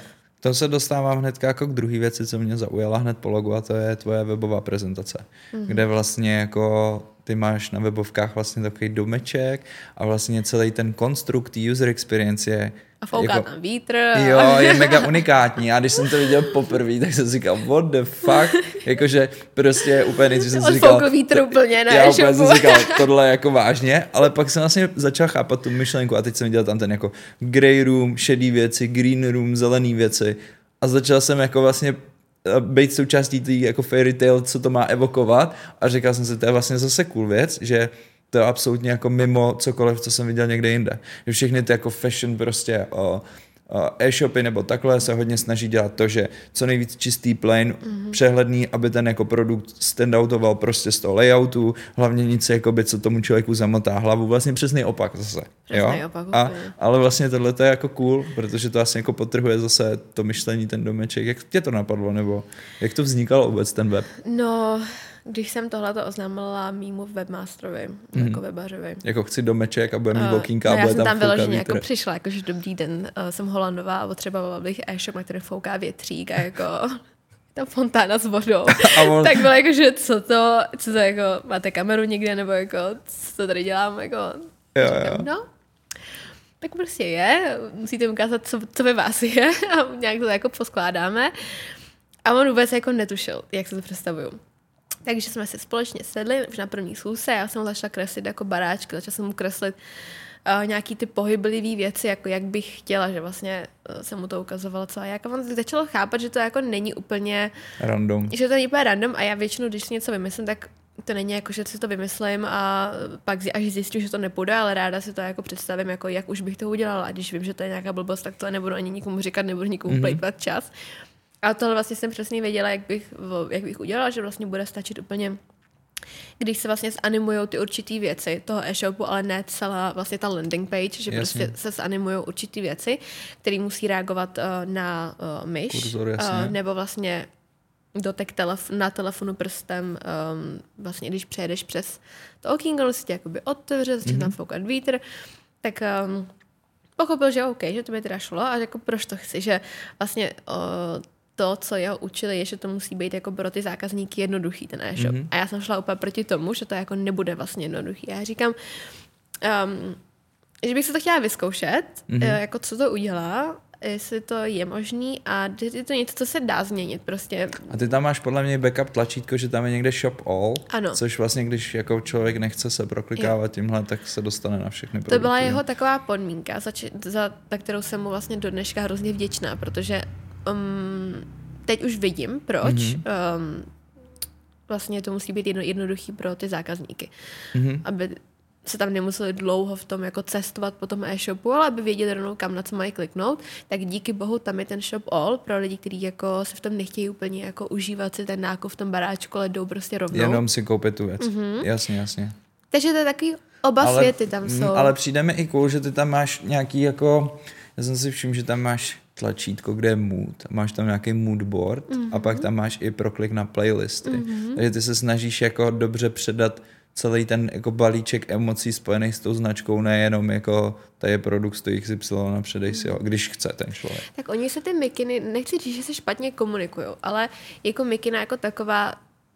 To se dostávám hnedka jako k druhé věci, co mě zaujala hned po logu, a to je tvoje webová prezentace, mm-hmm. kde vlastně jako ty máš na webovkách vlastně takový domeček a vlastně celý ten konstrukt, user experience je a fouká jako, tam vítr. Jo, je mega unikátní. A když jsem to viděl poprvé, tak jsem si říkal, what the fuck? Jakože prostě úplně nejdřív jsem si říkal... Odfoukl vítr úplně, ne? Já úplně jsem si říkal, tohle je jako vážně, ale pak jsem vlastně začal chápat tu myšlenku a teď jsem viděl tam ten jako grey room, šedý věci, green room, zelený věci a začal jsem jako vlastně být součástí té jako fairy tale, co to má evokovat a říkal jsem si, to je vlastně zase cool věc, že to je absolutně jako mimo cokoliv, co jsem viděl někde jinde. Že všechny ty jako fashion prostě o, o e-shopy nebo takhle se hodně snaží dělat to, že co nejvíc čistý, plain, mm-hmm. přehledný, aby ten jako produkt standoutoval prostě z toho layoutu, hlavně nic jakoby, co tomu člověku zamotá hlavu, vlastně přesný opak zase. Přesný jo? opak, A, ale vlastně tohle je jako cool, protože to vlastně jako podtrhuje zase to myšlení, ten domeček. Jak tě to napadlo, nebo jak to vznikalo vůbec ten web? No... Když jsem tohleto oznámila mýmu webmasterovi, mm. jako webařovi. Jako chci domeček a bude mít okýnka uh, no, a bude tam tam vyloženě jako přišla, jakože dobrý den, uh, jsem Holandová a potřebovala bych e-shop, na který fouká větřík a jako ta fontána s vodou. on... Tak bylo jako, že co to, co to jako, máte kameru někde, nebo jako, co to tady dělám, jako. Jo, říkám, jo. No, tak prostě je, musíte ukázat, co, co ve vás je a nějak to jako poskládáme. A on vůbec jako netušil, jak se to představuju. Takže jsme si společně sedli už na první schůzce, já jsem mu začala kreslit jako baráčky, začala jsem mu kreslit uh, nějaký ty pohyblivý věci, jako jak bych chtěla, že vlastně uh, jsem mu to ukazovala co a jak. A on začal chápat, že to jako není úplně... Random. Že to není úplně random a já většinou, když si něco vymyslím, tak to není jako, že si to vymyslím a pak až zjistím, že to nepůjde, ale ráda si to jako představím, jako jak už bych to udělala. A když vím, že to je nějaká blbost, tak to nebudu ani nikomu říkat, nebudu nikomu mm-hmm. plejtvat čas. A tohle vlastně jsem přesně věděla, jak bych, jak bych udělala, že vlastně bude stačit úplně, když se vlastně zanimujou ty určitý věci toho e-shopu, ale ne celá vlastně ta landing page, že jasně. Prostě se zanimujou určitý věci, které musí reagovat uh, na uh, myš, Kurzor, uh, nebo vlastně dotek telef- na telefonu prstem, um, vlastně když přejedeš přes to okýnko, si tě jakoby otevře, začne mm-hmm. tam foukat vítr, tak um, pochopil, že OK, že to by teda šlo a jako proč to chci, že vlastně uh, to, co jeho učili, je, že to musí být jako pro ty zákazníky jednoduchý ten e-shop. Mm-hmm. A já jsem šla úplně proti tomu, že to jako nebude vlastně jednoduchý. Já říkám, um, že bych se to chtěla vyzkoušet, mm-hmm. jako co to udělá, jestli to je možný a je to něco, co se dá změnit prostě. A ty tam máš podle mě backup tlačítko, že tam je někde shop all, ano. Což vlastně, když jako člověk nechce se proklikávat jo. tímhle, tak se dostane na všechny produkty. To byla jeho taková podmínka, za, či, za, za kterou jsem mu vlastně do dneška hrozně vděčná, protože Um, teď už vidím, proč. Mm-hmm. Um, vlastně to musí být jedno, jednoduchý pro ty zákazníky. Mm-hmm. Aby se tam nemuseli dlouho v tom jako cestovat po tom e-shopu, ale aby věděli rovnou, kam na co mají kliknout. Tak díky bohu tam je ten shop all pro lidi, kteří jako se v tom nechtějí úplně jako užívat si ten nákup v tom baráčku, ale jdou prostě rovnou. Jenom si koupit tu věc. Mm-hmm. Jasně, jasně. Takže to je takový, oba ale, světy tam jsou. Ale přijde mi i cool, že ty tam máš nějaký jako, já jsem si všiml, že tam máš tlačítko, kde je mood. Máš tam nějaký mood board mm-hmm. a pak tam máš i proklik na playlisty. Mm-hmm. Takže ty se snažíš jako dobře předat celý ten jako balíček emocí spojených s tou značkou, nejenom jako tady je produkt stojí X Y a předej si ho, když chce ten člověk. Tak oni se ty mikiny, nechci říct, že se špatně komunikujou, ale jako mikina jako taková,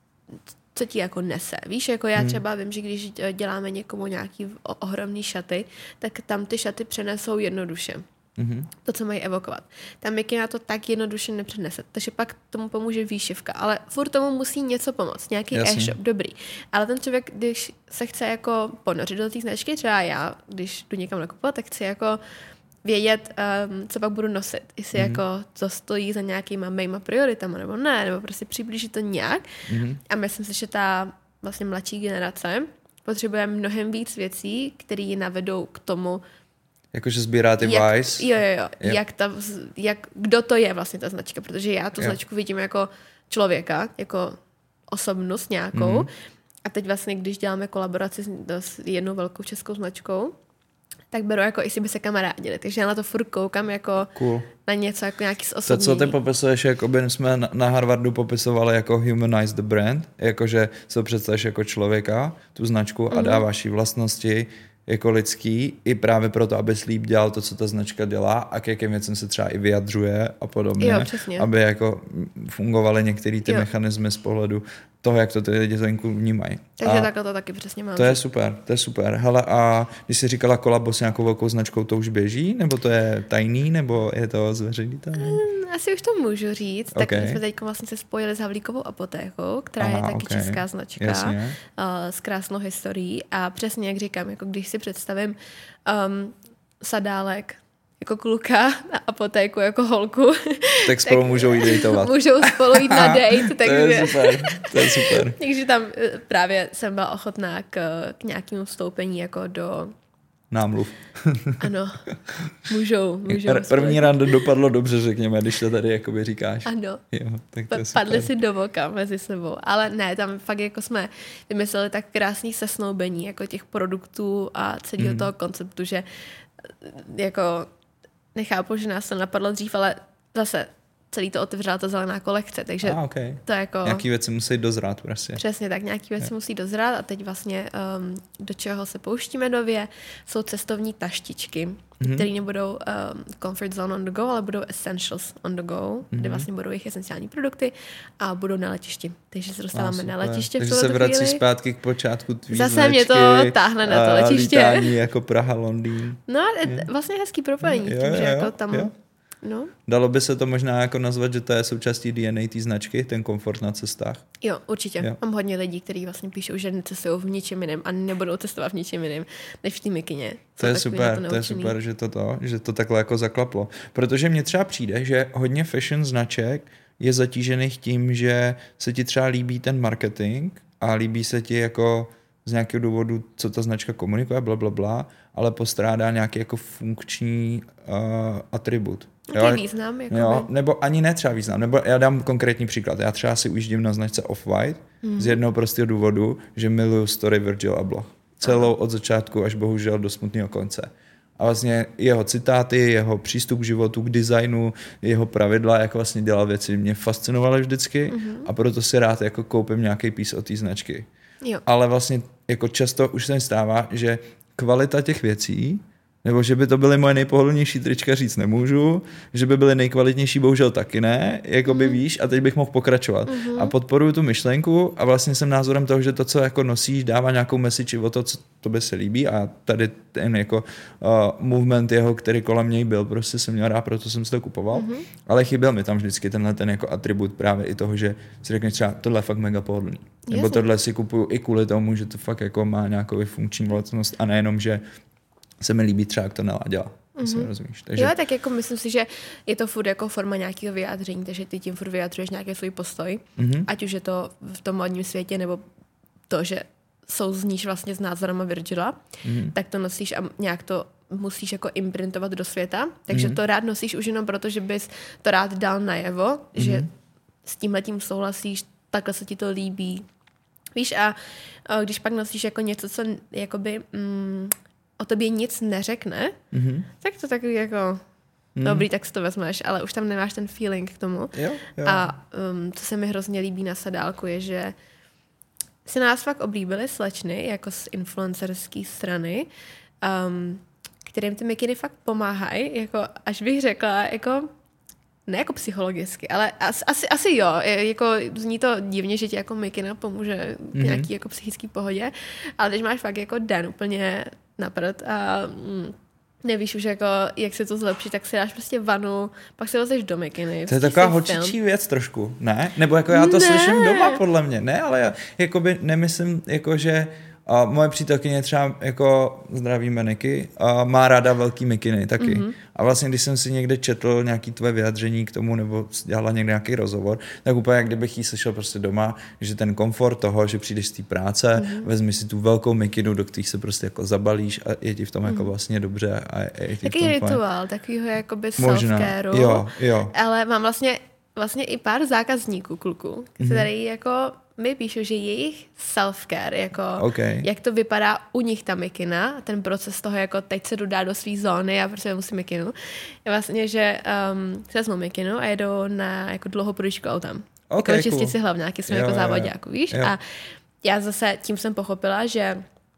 co ti jako nese. Víš, jako já třeba vím, že když děláme někomu nějaký ohromný šaty, tak tam ty šaty přenesou jednoduše. Mm-hmm. To, co mají evokovat. Ta mikina to tak jednoduše nepřenese. Takže pak tomu pomůže výšivka. Ale furt tomu musí něco pomoct. Nějaký Jasně. e-shop, dobrý. Ale ten člověk, když se chce jako ponořit do té značky, třeba já, když jdu někam nakupovat, tak chci jako vědět, um, co pak budu nosit. Jestli mm-hmm. jako to stojí za nějakýma mýma prioritama, nebo ne, nebo prostě přiblížit to nějak. Mm-hmm. A myslím si, že ta vlastně mladší generace potřebuje mnohem víc věcí, které ji navedou k tomu, jakože sbírá ty jak, vice. Jo, jo, jo. Yep. Jak ta, jak, kdo to je vlastně ta značka, protože já tu yep. značku vidím jako člověka, jako osobnost nějakou. Mm-hmm. A teď vlastně, když děláme kolaboraci s, s jednou velkou českou značkou, tak beru jako, jestli by se kamarádili. Takže já na to furt koukám jako cool. na něco, jako nějaký osobní. To, co ty popisuješ, jako by jsme na, na Harvardu popisovali jako humanize the brand, jakože se představíš jako člověka, tu značku a mm-hmm. dáváš jí vlastnosti, jako lidský, i právě proto, aby líp dělal to, co ta značka dělá a k jakým věcem se třeba i vyjadřuje a podobně. Jo, přesně. Aby jako fungovaly některé ty jo. mechanismy z pohledu toho, jak to ty lidi venku vnímají. Takže takhle to taky přesně mám. To je super, to je super. Hele, a když jsi říkala kolabo s nějakou velkou značkou, to už běží? Nebo to je tajný? Nebo je to zveřejnitelné? Um, asi už to můžu říct. Okay. Tak my jsme teď vlastně se spojili s Havlíkovou apotékou, která Aha, je taky okay. česká značka uh, s krásnou historií. A přesně jak říkám, jako když si představím um, Sadálek jako kluka a apotéku jako holku. Tak spolu tak můžou jít datovat. Můžou spolu jít na date. To je super, to je super. Takže tam právě jsem byla ochotná k, k nějakému vstoupení jako do... Námluv. Ano, můžou. můžou R- první rande dopadlo dobře, řekněme, když to tady jakoby říkáš. Ano. Jo, tak to je Padli si do voka mezi sebou. Ale ne, tam fakt jako jsme vymysleli tak krásný sesnoubení jako těch produktů a celého mm. toho konceptu, že jako nechápu, že nás to napadlo dřív, ale zase celý to otevřela ta zelená kolekce, takže ah, okay. to jako... Nějaký věci musí dozrát prostě. Přesně tak, nějaký věci je. musí dozrát a teď vlastně um, do čeho se pouštíme nově, jsou cestovní taštičky, mm-hmm. které nebudou um, comfort zone on the go, ale budou essentials on the go, mm-hmm. kde vlastně budou jejich esenciální produkty a budou na letišti. Takže se dostáváme ah, na letiště Takže v se vrací chvíli. Zpátky k počátku tvý Zase značky, mě to táhne na to letiště. Lítání jako Praha, Londýn. No, je. vlastně hezký propojení, jo, tím, jo, že jo, jako tam... Jo. No. Dalo by se to možná jako nazvat, že to je součástí D N A té značky, ten komfort na cestách? Jo, určitě. Jo. Mám hodně lidí, kteří vlastně píšou, že necestují v ničem jiném a nebudou cestovat v ničem jiném, než v té mikině. To je super, to, to je super, že to, to, že to takhle jako zaklaplo. Protože mně třeba přijde, že hodně fashion značek je zatížených tím, že se ti třeba líbí ten marketing a líbí se ti jako z nějakého důvodu, co ta značka komunikuje, bla, bla, bla, ale postrádá nějaký jako funkční uh, atribut. Jaký význam? Jo, nebo ani ne třeba význam. Nebo já dám konkrétní příklad. Já třeba si ujíždím na značce Off-White hmm. z jednoho prostého důvodu, že miluju story Virgil Abloh. Celou od začátku až bohužel do smutného konce. A vlastně jeho citáty, jeho přístup k životu, k designu, jeho pravidla, jak vlastně dělal věci, mě fascinovaly vždycky mm-hmm. a proto si rád jako koupím nějaký pís od té značky. Jo. Ale vlastně jako často už se mi stává, že kvalita těch věcí, nebo že by to byly moje nejpohodlnější trička, říct nemůžu, že by byly nejkvalitnější, bohužel taky ne, jako by mm. víš, a teď bych mohl pokračovat. Mm-hmm. A podporuju tu myšlenku a vlastně jsem názorem toho, že to, co jako nosíš, dává nějakou message o to, co tobě se líbí a tady ten jako uh, movement jeho, který kolem něj byl, prostě jsem měl rád, proto jsem si to kupoval, mm-hmm. ale chyběl mi tam vždycky tenhle ten jako atribut právě i toho, že si řekneš třeba, tohle je fakt mega pohodlný. Nebo Jasně. tohle si kupuju i kvůli tomu, že to fakt jako má nějakou funkční vlastnost a nejenom, že se mi líbí třeba, jak to naladila. Mm-hmm. Rozumíš. Takže... Jo, tak jako myslím si, že je to furt jako forma nějakého vyjádření, takže ty tím furt vyjadřuješ nějaký svůj postoj, mm-hmm. ať už je to v tom modním světě, nebo to, že souzníš vlastně s názorama Virgila, mm-hmm. tak to nosíš a nějak to musíš jako imprintovat do světa, takže mm-hmm. to rád nosíš už jenom proto, že bys to rád dal najevo, mm-hmm. že s tímhletím souhlasíš, takhle se ti to líbí. Víš, a, a když pak nosíš jako něco, co jakoby... Mm, o tobě nic neřekne, mm-hmm. tak to takový jako mm. dobrý, tak si to vezmeš, ale už tam nemáš ten feeling k tomu. Jo, jo. A um, co se mi hrozně líbí na Sadálku je, že si nás fakt oblíbili slečny, jako z influencerské strany, um, kterým ty mikiny fakt pomáhají, jako až bych řekla, jako ne jako psychologicky, ale asi, asi, asi jo, jako zní to divně, že ti jako mikina pomůže k nějaký mm-hmm. jako psychický pohodě, ale když máš fakt jako den úplně na prd a mm, nevíš už jako, jak se to zlepší, tak si dáš prostě vanu, pak si lezeš do mikiny. To je taková hočičí věc trošku, ne? Nebo jako já to ne. slyším doma podle mě, ne? Ale já jakoby nemyslím, jako že a moje přítelkyně třeba jako zdravíme Niky a má ráda velký mikiny taky. Mm-hmm. A vlastně, když jsem si někde četl nějaký tvoje vyjádření k tomu nebo dělala někde nějaký rozhovor, tak úplně jak kdybych jí slyšel prostě doma, že ten komfort toho, že přijdeš z té práce, mm-hmm. vezmi si tu velkou mikinu, do které se prostě jako zabalíš a je ti v tom mm-hmm. jako vlastně dobře. A je ti Taký v tom rituál, fajn. Takovýho jakoby self-careu. Jo, jo. Ale mám vlastně, vlastně i pár zákazníků kluků, mm-hmm. který jako mi píšou, že jejich self-care, jako okay. jak to vypadá u nich ta mikina, ten proces toho, jako teď se dodá do své zóny a prostě musím mikinu, je vlastně, že um, se vezmou mikinu a jedou na jako dlouhou půjčku autem. Okay, jako cool. čistit si hlavňáky, jsme jo, jako jo, závodáku, víš? Jo. A já zase tím jsem pochopila, že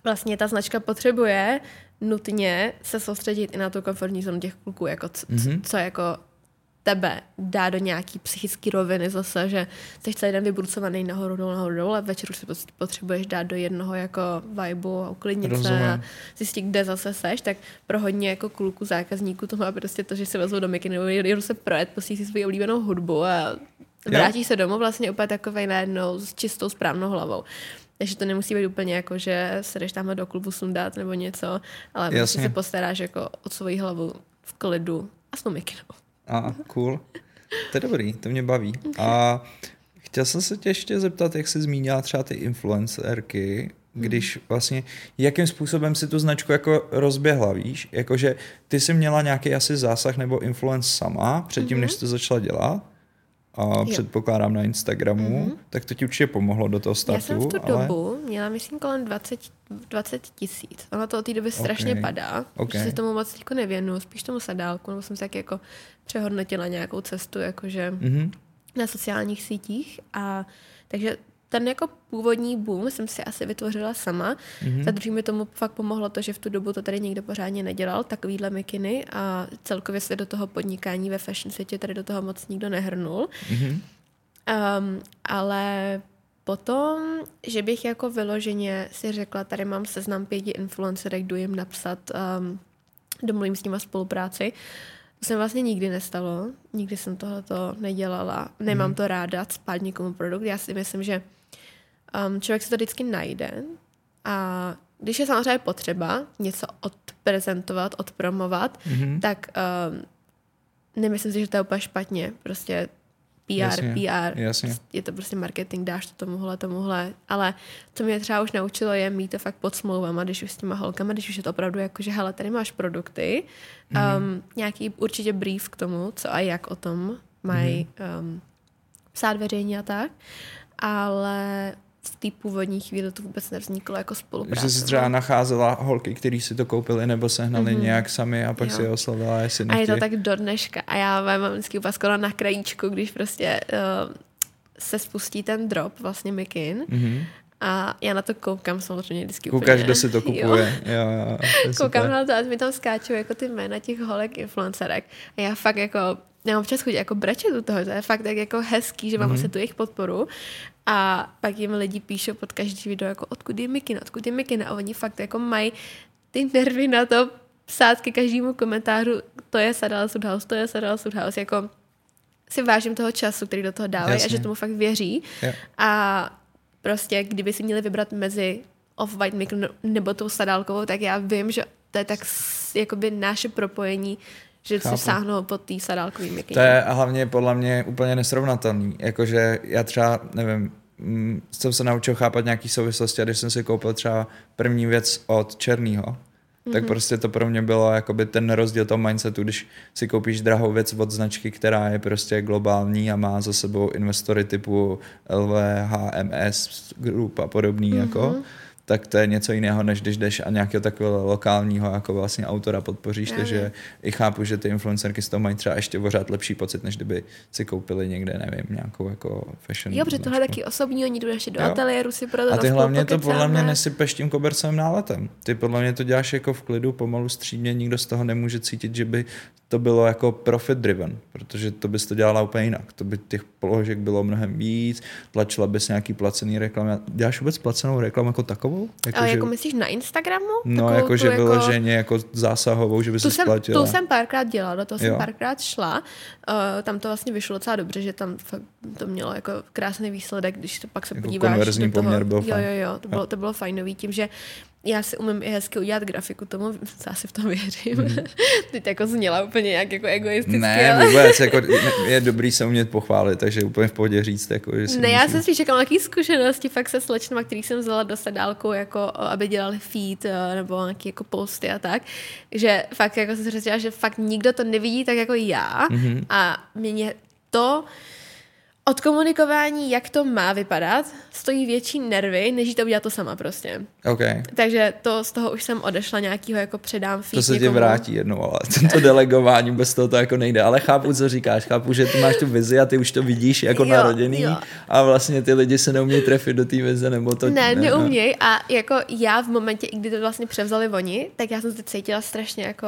vlastně ta značka potřebuje nutně se soustředit i na tu komfortní zónu těch kluků, jako co, mm-hmm. co jako tebe dá do nějaký psychické roviny zase, že jsi celý den vybrucovaný nahoru, dolů, nahoru, dolů, a večer už si potřebuješ dát do jednoho jako vibu a uklidnit Rozumím. se a zjistit, kde zase seš, tak pro hodně jako kluků, zákazníků to má prostě to, že si vezou do mikiny, jedu se projet, pustí si svoji oblíbenou hudbu a vrátí se domů vlastně úplně takovej najednou s čistou správnou hlavou. Takže to nemusí být úplně jako, že se jdeš tamhle do klubu sundat nebo něco, ale prostě se postaráš jako o svoji hlavu v klidu a s tou mikinou. A cool. To je dobrý, to mě baví. A chtěl jsem se tě ještě zeptat, jak jsi zmínila třeba ty influencerky, když vlastně, jakým způsobem si tu značku jako rozběhla, víš? Jakože ty jsi měla nějaký asi zásah nebo influence sama předtím, mm-hmm. než jsi to začala dělat. A jo. předpokládám na Instagramu, mm-hmm. tak to ti určitě pomohlo do toho startu. Já jsem v tu ale... dobu měla, myslím, kolem dvacet tisíc. Ono to od té doby strašně okay. padá, okay. že se tomu moc jako nevěnu, spíš tomu sadálku, nebo jsem se tak jako přehodnotila nějakou cestu, jakože mm-hmm. na sociálních sítích. A takže ten jako původní boom jsem si asi vytvořila sama. Mm-hmm. Za druhý mi tomu fakt pomohlo to, že v tu dobu to tady nikdo pořádně nedělal, takovýhle mikiny, a celkově se do toho podnikání ve fashion světě tady do toho moc nikdo nehrnul. Mm-hmm. Um, ale potom, že bych jako vyloženě si řekla, tady mám seznam pěti influencerek, jdu jim napsat, um, domluvím s nima spolupráci. To se vlastně nikdy nestalo. Nikdy jsem tohleto nedělala. Nemám mm. to ráda, spát někomu produkt. Já si myslím, že um, člověk se to vždycky najde a když je samozřejmě potřeba něco odprezentovat, odpromovat, mm-hmm. tak um, nemyslím si, že to je úplně špatně. Prostě P R, jasně, P R, jasně. je to prostě marketing, dáš to tomuhle, tomuhle, ale co mě třeba už naučilo je mít to fakt pod smlouvama, když už s těma holkama, když už je to opravdu jako, že hele, tady máš produkty, um, mm. nějaký určitě brief k tomu, co a jak o tom mají mm. um, psát veřejně a tak, ale v té původní chvíli to vůbec nevzniklo jako spolupráce. Že jsi třeba nacházela holky, kteří si to koupili nebo sehnali mm-hmm. nějak sami a pak jo. si je oslovila, jestli nechtějí. A je to tak do dneška. A já mám vždycky úplně skoro na krajíčku, když prostě uh, se spustí ten drop, vlastně mikin, mm-hmm. a já na to koukám samozřejmě vždycky Koukáš, úplně. kdo si to kupuje. Jo. Jo, jo, koukám na to a mi tam skáčou jako ty jména těch holek influencerek. A já fakt jako, já mám občas chuť jako brečet u toho, to je fakt tak jako hezký, že mám mm-hmm. vlastně tu jejich podporu. A pak jim lidi píšou pod každý video, jako odkud je mikina, odkud je mikina. A oni fakt jako mají ty nervy na to psát ke každému komentářu, to je Sadala Sudhouse, to je Sadala Sudhouse. Jako si vážím toho času, který do toho dávají a že tomu fakt věří. Yeah. A prostě, kdyby si měli vybrat mezi Off-White Mikinu nebo tou Sadálkovou, tak já vím, že to je tak jakoby naše propojení, že si sáhnou pod tý sadálkový mikině. To je hlavně podle mě úplně nesrovnatelný. Jakože já třeba, nevím, jsem se naučil chápat nějaký souvislosti a když jsem si koupil třeba první věc od Černýho, mm-hmm. tak prostě to pro mě bylo jakoby ten rozdíl toho mindsetu, když si koupíš drahou věc od značky, která je prostě globální a má za sebou investory typu L V, H M S Group a podobný, mm-hmm. jako, tak to je něco jiného, než když jdeš a nějakého takového lokálního jako vlastně autora podpoříš, yeah. takže i chápu, že ty influencerky z toho mají třeba ještě pořád lepší pocit, než kdyby si koupili někde, nevím, nějakou jako fashion. Jo, protože tohle je taky osobní, oni jdou ještě do jo. ateliéru si prodat. A ty hlavně to podle mě nesypeš tím kobercovým náletem. Ty podle mě to děláš jako v klidu, pomalu střídně, nikdo z toho nemůže cítit, že by to bylo jako profit driven, protože to bys to dělala úplně jinak. To by těch položek bylo mnohem víc, tlačila bys nějaký placený reklam. Děláš vůbec placenou reklamu jako takovou? Jako, ale že... jako myslíš na Instagramu? No, jako že bylo jako... ženě jako zásahovou, že by se splatila. Tu jsem párkrát dělala, do toho jsem jo. párkrát šla. Uh, tam to vlastně vyšlo docela dobře, že tam fakt to mělo jako krásný výsledek, když to pak se jako podíváš. Konverzní do toho. poměr byl jo, fajn. Jo, jo, to bylo, to bylo fajnový tím, že já si umím i hezky udělat grafiku, tomu já si v tom věřím. Mm. Teď jako zněla úplně nějak jako egoisticky. Ne, ale... vůbec, jako je dobrý se umět pochválit, takže úplně v pohodě říct. Jako, že si ne, já jsem spíš čekala nějaký zkušenosti fakt se slečnama, který jsem vzala do Sadálku, jako, aby dělali feed nebo nějaký jako posty a tak, že fakt jako jsem říkala, že fakt nikdo to nevidí tak jako já mm-hmm. a mě to od komunikování, jak to má vypadat, stojí větší nervy, než to udělat to sama prostě. Okay. Takže to z toho už jsem odešla nějakýho, jako předám feed To se někomu. ti vrátí jednou, ale to delegování bez toho to jako nejde. Ale chápu, co říkáš. Chápu, že ty máš tu vizi a ty už to vidíš jako jo, naroděný jo. a vlastně ty lidi se neumějí trefit do té vize, nebo to... Ne, ne neumějí a jako já v momentě, kdy to vlastně převzali oni, tak já jsem se cítila strašně jako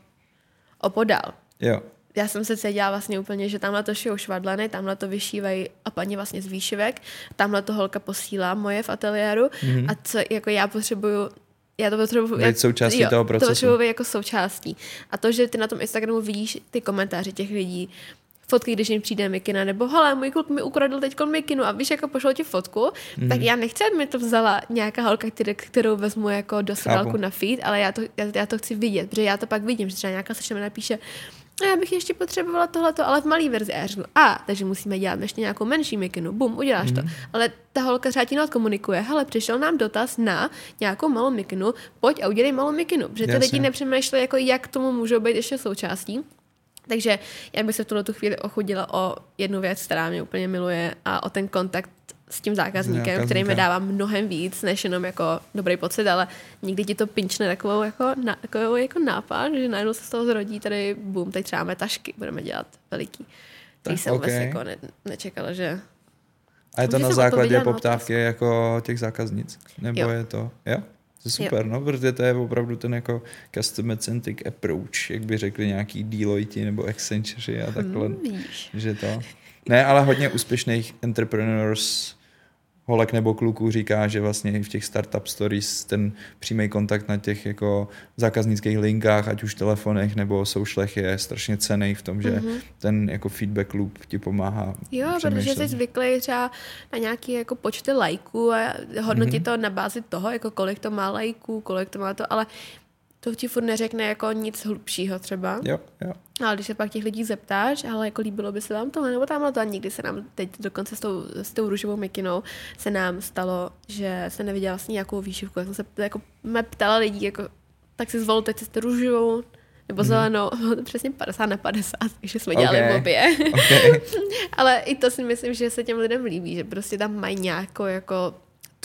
opodál. Jo. Já jsem se cítila vlastně úplně, že tamhle to šijou švadleny, tamhle to vyšívají a paní vlastně z výšivek, tamhle to holka posílá moje v ateliéru mm-hmm. a co jako já potřebuju, já to potřebuju... Být součástí jo, toho procesu. To potřebuji jako součástí. A to, že ty na tom Instagramu vidíš ty komentáře těch lidí, fotky, když jim přijde mikina, nebo hele, můj kluk mi ukradl teďkon mikinu a víš, jako pošlo ti fotku, mm-hmm. tak já nechci, aby mi to vzala nějaká holka, kterou vezmu jako do sedálku na feed, ale já to, já, já to chci vidět, protože já to pak vidím, že třeba nějaká sečna mi napíše, a já bych ještě potřebovala tohleto, ale v malý verzi. A já řeknu, a, takže musíme dělat ještě nějakou menší mikinu. Bum, uděláš mm. to. Ale ta holka třeba ti neodkomunikuje. Hele, přišel nám dotaz na nějakou malou mikinu, pojď a udělej malou mikinu. Protože ty lidi nepřemýšleli, jako jak tomu můžou být ještě součástí. Takže já bych se v tuhle tu chvíli ochudila o jednu věc, která mě úplně miluje, a o ten kontakt s tím zákazníkem, Zákazníka. který mi dává mnohem víc, než jenom jako dobrý pocit, ale někdy ti to pinčne takovou jako, na, takovou jako nápad, že najednou se z toho zrodí tady boom, teď třeba tašky budeme dělat veliký. Teď jsem okay. vůbec jako ne, nečekala, že... A je to na základě poptávky jako těch zákaznic? Nebo jo. je to... Jo? To je super, jo. No, protože to je opravdu ten jako customer-centric approach, jak by řekli nějaký Deloitte nebo Accenture a takhle. Hmm, že to... Ne, ale hodně úspěšných entrepreneurs, holek nebo kluků říká, že vlastně v těch startup stories ten přímý kontakt na těch jako zákaznických linkách, ať už telefonech nebo socialech, je strašně cenný v tom, že mm-hmm. ten jako feedback loop ti pomáhá. Jo, protože jsi zvyklý třeba na nějaké jako počty lajků a hodnotí mm-hmm. to na bázi toho, jako kolik to má lajků, kolik to má to, ale to ti furt neřekne jako nic hlubšího třeba. Jo, jo. Ale když se pak těch lidí zeptáš, ale jako líbilo by se vám tohle nebo tamhle to, a někdy se nám teď dokonce s tou, s tou růžovou mikinou se nám stalo, že se neviděla vlastně nějakou výšivku. Jak jsem se jako mě ptala lidí, jako, tak si zvolu, teď jste růžovou nebo zelenou, mm. přesně padesát na padesát, takže jsme dělali okay. obě. Okay. Ale i to si myslím, že se těm lidem líbí, že prostě tam mají nějakou jako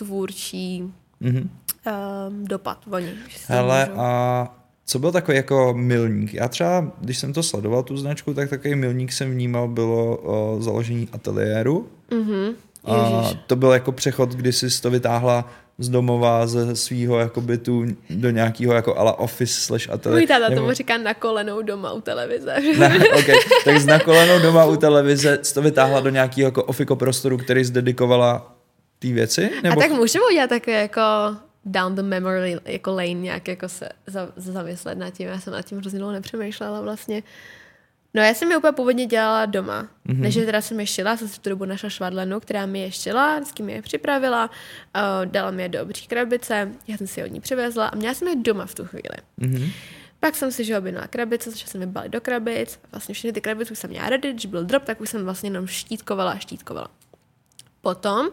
tvůrčí mm-hmm. um, dopad oni. Hele, a co byl takový jako milník? Já třeba, když jsem to sledoval, tu značku, tak takový milník jsem vnímal, bylo o, založení ateliéru. Mm-hmm. A to byl jako přechod, kdy jsi to vytáhla z domova, ze svýho jako bytu do nějakého jako ala office slash ateliéru. Můj táta nebo... tomu říká na kolenou doma u televize. Ne, okay. Tak z na kolenou doma u televize jsi to vytáhla do nějakého jako ofiko prostoru, který jsi dedikovala té věci? Nebo... A tak můžeme udělat takové jako down the memory jako lane, nějak jako se za, zamyslet nad tím. Já jsem nad tím hrozně dlouho nepřemýšlela vlastně. No já jsem je úplně původně dělala doma. Mm-hmm. Než teda jsem je šila, jsem si v tu dobu našla švadlenu, která mi je šila, vždycky mi je připravila, uh, dala mi je do obří krabice, já jsem si je od ní přivezla a měla jsem je doma v tu chvíli. Mm-hmm. Pak jsem si že objednala krabice, začala jsem je balit do krabic. Vlastně všechny ty krabice už jsem měla ready, když byl drop, tak už jsem vlastně jenom štítkovala a štítkovala. Potom...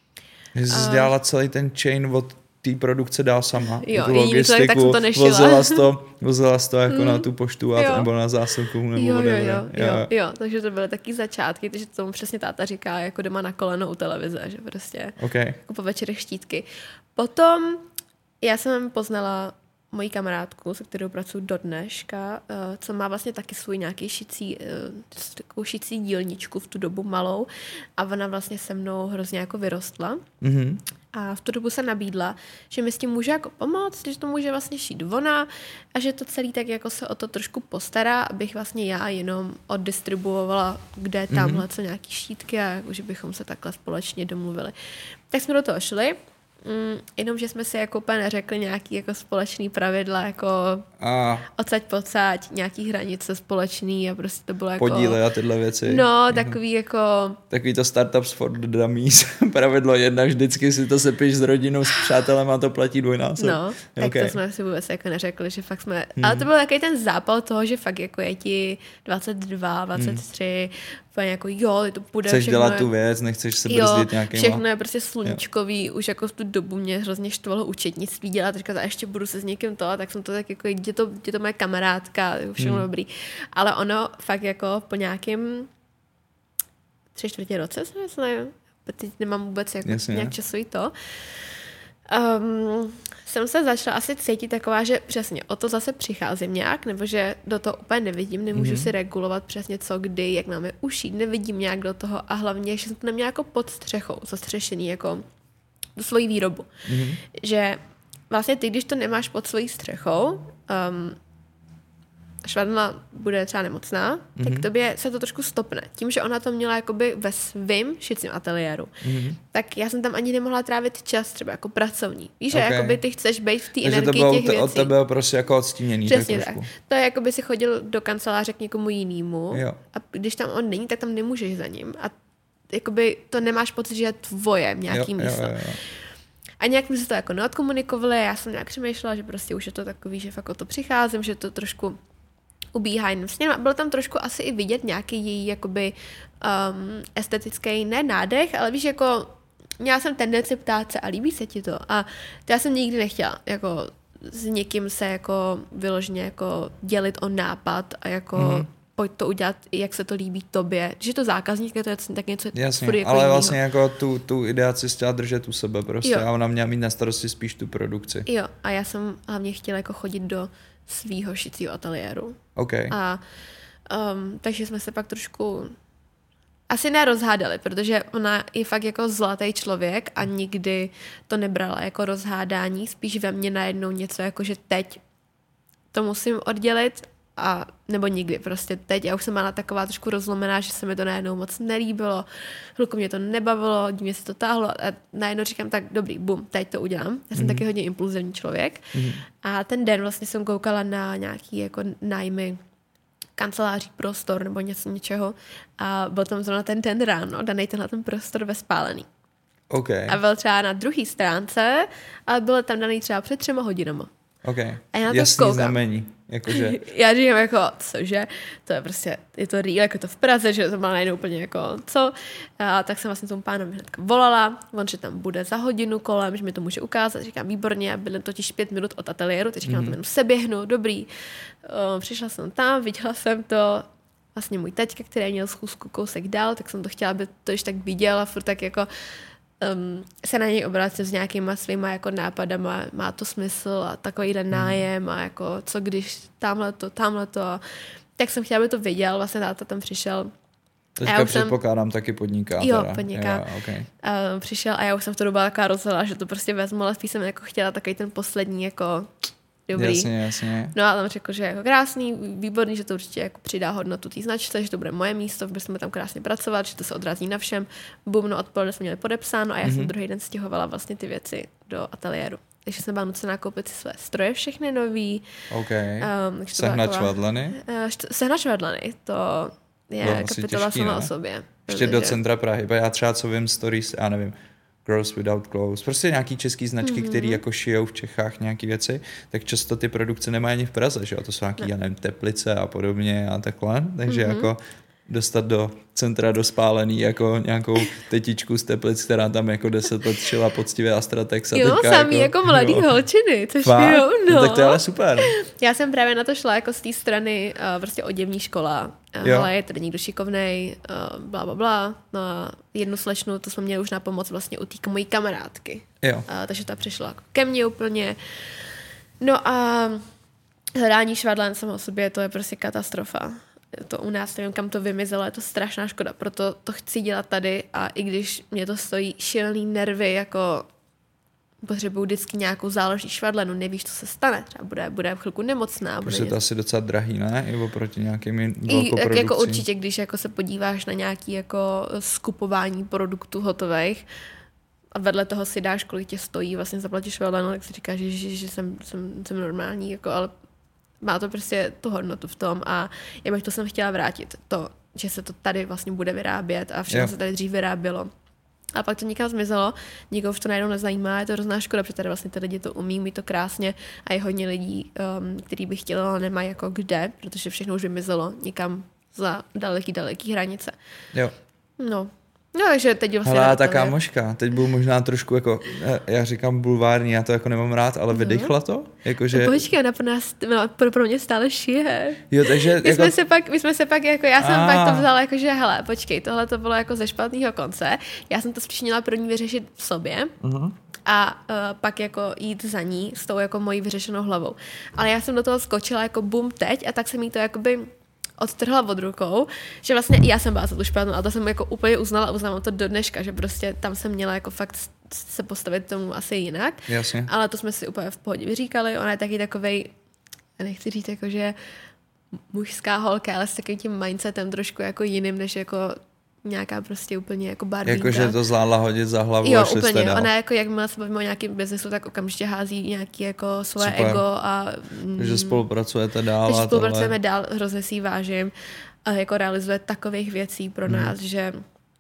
Že jsi uh, dělala celý ten chain od té produkce dál sama. Jo, tu logistiku, tak jsem to nešila. Vozila jsi to, vozila jsi to jako mm. na tu poštu a, nebo na zásilku. Nebo jo, jo, jo, jo, jo, takže to byly taky začátky, takže tomu přesně táta říká jako doma na koleno u televize, že prostě okay. jako po večerech štítky. Potom já jsem poznala moji kamarádku, se kterou pracuji do dneška, co má vlastně taky svůj nějaký šicí, takovou šicí dílničku v tu dobu malou a ona vlastně se mnou hrozně jako vyrostla. Mm-hmm. A v tu dobu se nabídla, že mi s tím může jako pomoct, že to může vlastně šít ona a že to celý tak jako se o to trošku postará, abych vlastně já jenom oddistribuovala, kde je tamhle co nějaký šítky a jako, že bychom se takhle společně domluvili. Tak jsme do toho šli. Mm, jenom, že jsme si jako úplně neřekli nějaký jako společný pravidla, jako a. odsaď pocať, nějaký hranice společný a prostě to bylo jako... Podíle a tyhle věci. No, takový mm. jako... Takový to startups for the dummies. Pravidlo jedna, vždycky si to sepíš s rodinou, s přátelem a to platí dvojnásob. No, tak okay. To jsme si vůbec jako neřekli, že fakt jsme... Mm. Ale to byl takový ten zápal toho, že fakt jako je ti dvacet dva, dvacet tři, mm. jako jo, to půjde chceš všechno... dělat tu věc, nechceš se brzdit nějakýma... všechno je prostě sluníčkový, jo. Už jako v tu dobu mě hrozně štvalo účetnictví dělat, říkat, a ještě budu se s někým to, a tak jsem to tak jako, je to, je to moje kamarádka, všechno hmm. dobrý. Ale ono fakt jako po nějakým tři čtvrtě roce, si myslím. Teď nemám vůbec jako Jasně. nějak časový to. Um, jsem se začala asi cítit taková, že přesně o to zase přicházím nějak, nebo že do toho úplně nevidím, nemůžu mm-hmm. si regulovat přesně co, kdy, jak máme ušít, nevidím nějak do toho a hlavně, že jsem to neměla jako pod střechou, zastřešený jako do svojí výrobu. Mm-hmm. Že vlastně ty, když to nemáš pod svojí střechou, um, švadla bude třeba nemocná, mm-hmm. tak tobě se to trošku stopne. Tím, že ona to měla jakoby ve svým šicím ateliéru, mm-hmm. tak já jsem tam ani nemohla trávit čas třeba jako pracovní. Víš, okay. že jakoby ty chceš být v té energii těch věcí. Od tebe prostě jako odstíněný. Přesně tak. tak. To je jako by si chodil do kanceláře k někomu jinému a když tam on není, tak tam nemůžeš za ním. A jakoby to nemáš pocit, že je tvoje nějaký jo, místo. Jo, jo, jo. A nějak jsme se to jako neodkomunikovali, já jsem nějak přemýšlela, že prostě už je to takový, že fakt o to přicházím, že to trošku ubíhá jiným směrem. Byl tam trošku asi i vidět nějaký její jakoby um, estetický, ne nádech, ale víš, jako měla jsem tendenci ptát se a líbí se ti to. A to já jsem nikdy nechtěla jako s někým se jako vyloženě jako dělit o nápad a jako mm. pojď to udělat, jak se to líbí tobě. Když je to zákazník, to je tak něco jasně, jako ale jinýho. vlastně jako tu, tu ideaci chtěla držet u sebe prostě jo. a ona měla mít na starosti spíš tu produkci. Jo, a já jsem hlavně chtěla jako chodit do svýho šicího ateliéru. Okay. A um, takže jsme se pak trošku asi nerozhádali, protože ona je fakt jako zlatý člověk a nikdy to nebrala jako rozhádání, spíš ve mně najednou něco jako, že teď to musím oddělit a nebo nikdy, prostě teď. Já už jsem byla taková trošku rozlomená, že se mi to najednou moc nelíbilo, chvilku mě to nebavilo, mě se to táhlo a najednou říkám tak, dobrý, bum, teď to udělám. Já jsem mm. taky hodně impulzivní člověk mm. a ten den vlastně jsem koukala na nějaký jako nájmy kanceláří, prostor nebo něco něčeho a byl tam zrovna ten den ráno, danej tenhle ten prostor ve Spálený. Okay. A byl třeba na druhé stránce, ale byl tam daný třeba před třema hodinama. Okay. A já na to jasný koukám. znamení. Jakože... já říkám jako, cože, to je prostě, je to real, jako to v Praze, že to má najednou úplně jako, co. A tak jsem vlastně tomu pánovi hnedka volala, on, že tam bude za hodinu kolem, že mi to může ukázat. Říkám, výborně, já bydlím totiž pět minut od ateliéru, teď říkám, mm-hmm. tam jenom se běhnu, dobrý. O, přišla jsem tam, viděla jsem to, vlastně můj taťka, který měl schůzku kousek dál, tak jsem to chtěla, aby to již tak viděl a furt tak jako Um, se na něj obrátit s nějakýma svýma jako nápadama, má to smysl a takovýhle nájem a jako co když tamhle to, tamhle to. Tak jsem chtěla, aby to viděl, vlastně táta tam přišel. Teďka předpokládám jsem... taky podniká. Jo, teda. podniká. Jo, okay. uh, přišel a já už jsem v to dobu taková rozhodla, že to prostě vezmu, ale spíš jsem jako chtěla takový ten poslední jako dobrý. Jasně, jasně. No a tam řekl, že je jako krásný, výborný, že to určitě jako přidá hodnotu té značce, že to bude moje místo, že jsme tam krásně pracovat, že to se odrazí na všem. Bum, no odpoledne jsme měli podepsáno a já mm-hmm. jsem druhý den stěhovala vlastně ty věci do ateliéru. Takže jsem byla nucená koupit si své stroje všechny nový. Okay. Um, sehnat taková... švadleny? Uh, sehnat švadleny, to je no, kapitola sama o sobě. Ještě do centra Prahy, já třeba co vím, stories, já nevím, Girls Without Clothes, prostě nějaký český značky, mm-hmm. které jako šijou v Čechách nějaký věci, tak často ty produkce nemají ani v Praze, že jo, to jsou nějaký, ne. já nevím, Teplice a podobně a takhle, takže mm-hmm. jako dostat do centra do Spálený jako nějakou tetičku z Teplic, která tam jako deset let šila poctivě Astratex a jo, teďka samý jako, jako mladý jo. holčiny, což jo, no. no. Tak to je ale super. Já jsem právě na to šla jako z té strany uh, prostě oděvní škola, uh, ale je tady někdo šikovnej, uh, bla, bla, bla. No a jednu slečnu, to jsme měli už na pomoc vlastně u té mojí kamarádky. Jo. Uh, takže ta přišla ke mně úplně. No a hledání švadlen samo o sobě, to je prostě katastrofa. To u nás, nevím, kam to vymizelo, je to strašná škoda, proto to chci dělat tady a i když mě to stojí šílený nervy, jako potřebuju vždycky nějakou záložní švadlenu, nevíš, co se stane, třeba bude, bude chvilku nemocná. Bude je to asi docela drahý, ne? I oproti nějakým velkoprodukcím. Jako určitě, když jako se podíváš na nějaký jako skupování produktů hotových a vedle toho si dáš, kolik tě stojí, vlastně zaplatíš švadlenu, tak si říkáš, že, že, že jsem, jsem, jsem normální, jako, ale má to prostě tu hodnotu v tom a já bych to jsem chtěla vrátit. To, že se to tady vlastně bude vyrábět a všechno se tady dřív vyrábělo. A pak to někam zmizelo, nikoho už to najednou nezajímá, je to hrozná škoda, protože tady vlastně ty lidi to umí, umí to krásně a je hodně lidí, um, který by chtěli, ale nemají jako kde, protože všechno už vymizelo někam za daleký, daleký hranice. Jo. No. No, takže teď vlastně... Hele, ta kámoška, teď byl možná trošku jako, já říkám bulvární, já to jako nemám rád, ale vydechla to? Jako, že... No, počkej, ona pro nás, pro, pro mě stále šije. Jo, takže... My, jako... jsme se pak, my jsme se pak, jako, já jsem A. pak to vzala jako, že hele, počkej, tohle to bylo jako ze špatného konce, já jsem to spíš měla pro ní vyřešit v sobě. Uh-huh. A uh, pak jako jít za ní s tou jako mojí vyřešenou hlavou. Ale já jsem do toho skočila jako bum teď a tak jsem jí to jakoby odtrhla od rukou, že vlastně já jsem byla za tu špatnou, ale to jsem jako úplně uznala a uznávám to do dneška, že prostě tam jsem měla jako fakt se postavit tomu asi jinak. Jasně. Ale to jsme si úplně v pohodě vyříkali. Ona je taky takovej, nechci říct jako, že mužská holka, ale s takovým tím mindsetem trošku jako jiným, než jako nějaká prostě úplně jako barbínka. Jakože to zvládla hodit za hlavu jo, a šli úplně. jste dál. Ona jako, jakmile se bavíme o nějakém biznesu, tak okamžitě hází nějaký jako svoje Super. ego a... Mm, takže spolupracujete dál. Takže a spolupracujeme dál, hrozně si ji vážím a jako realizuje takových věcí pro mm. nás, že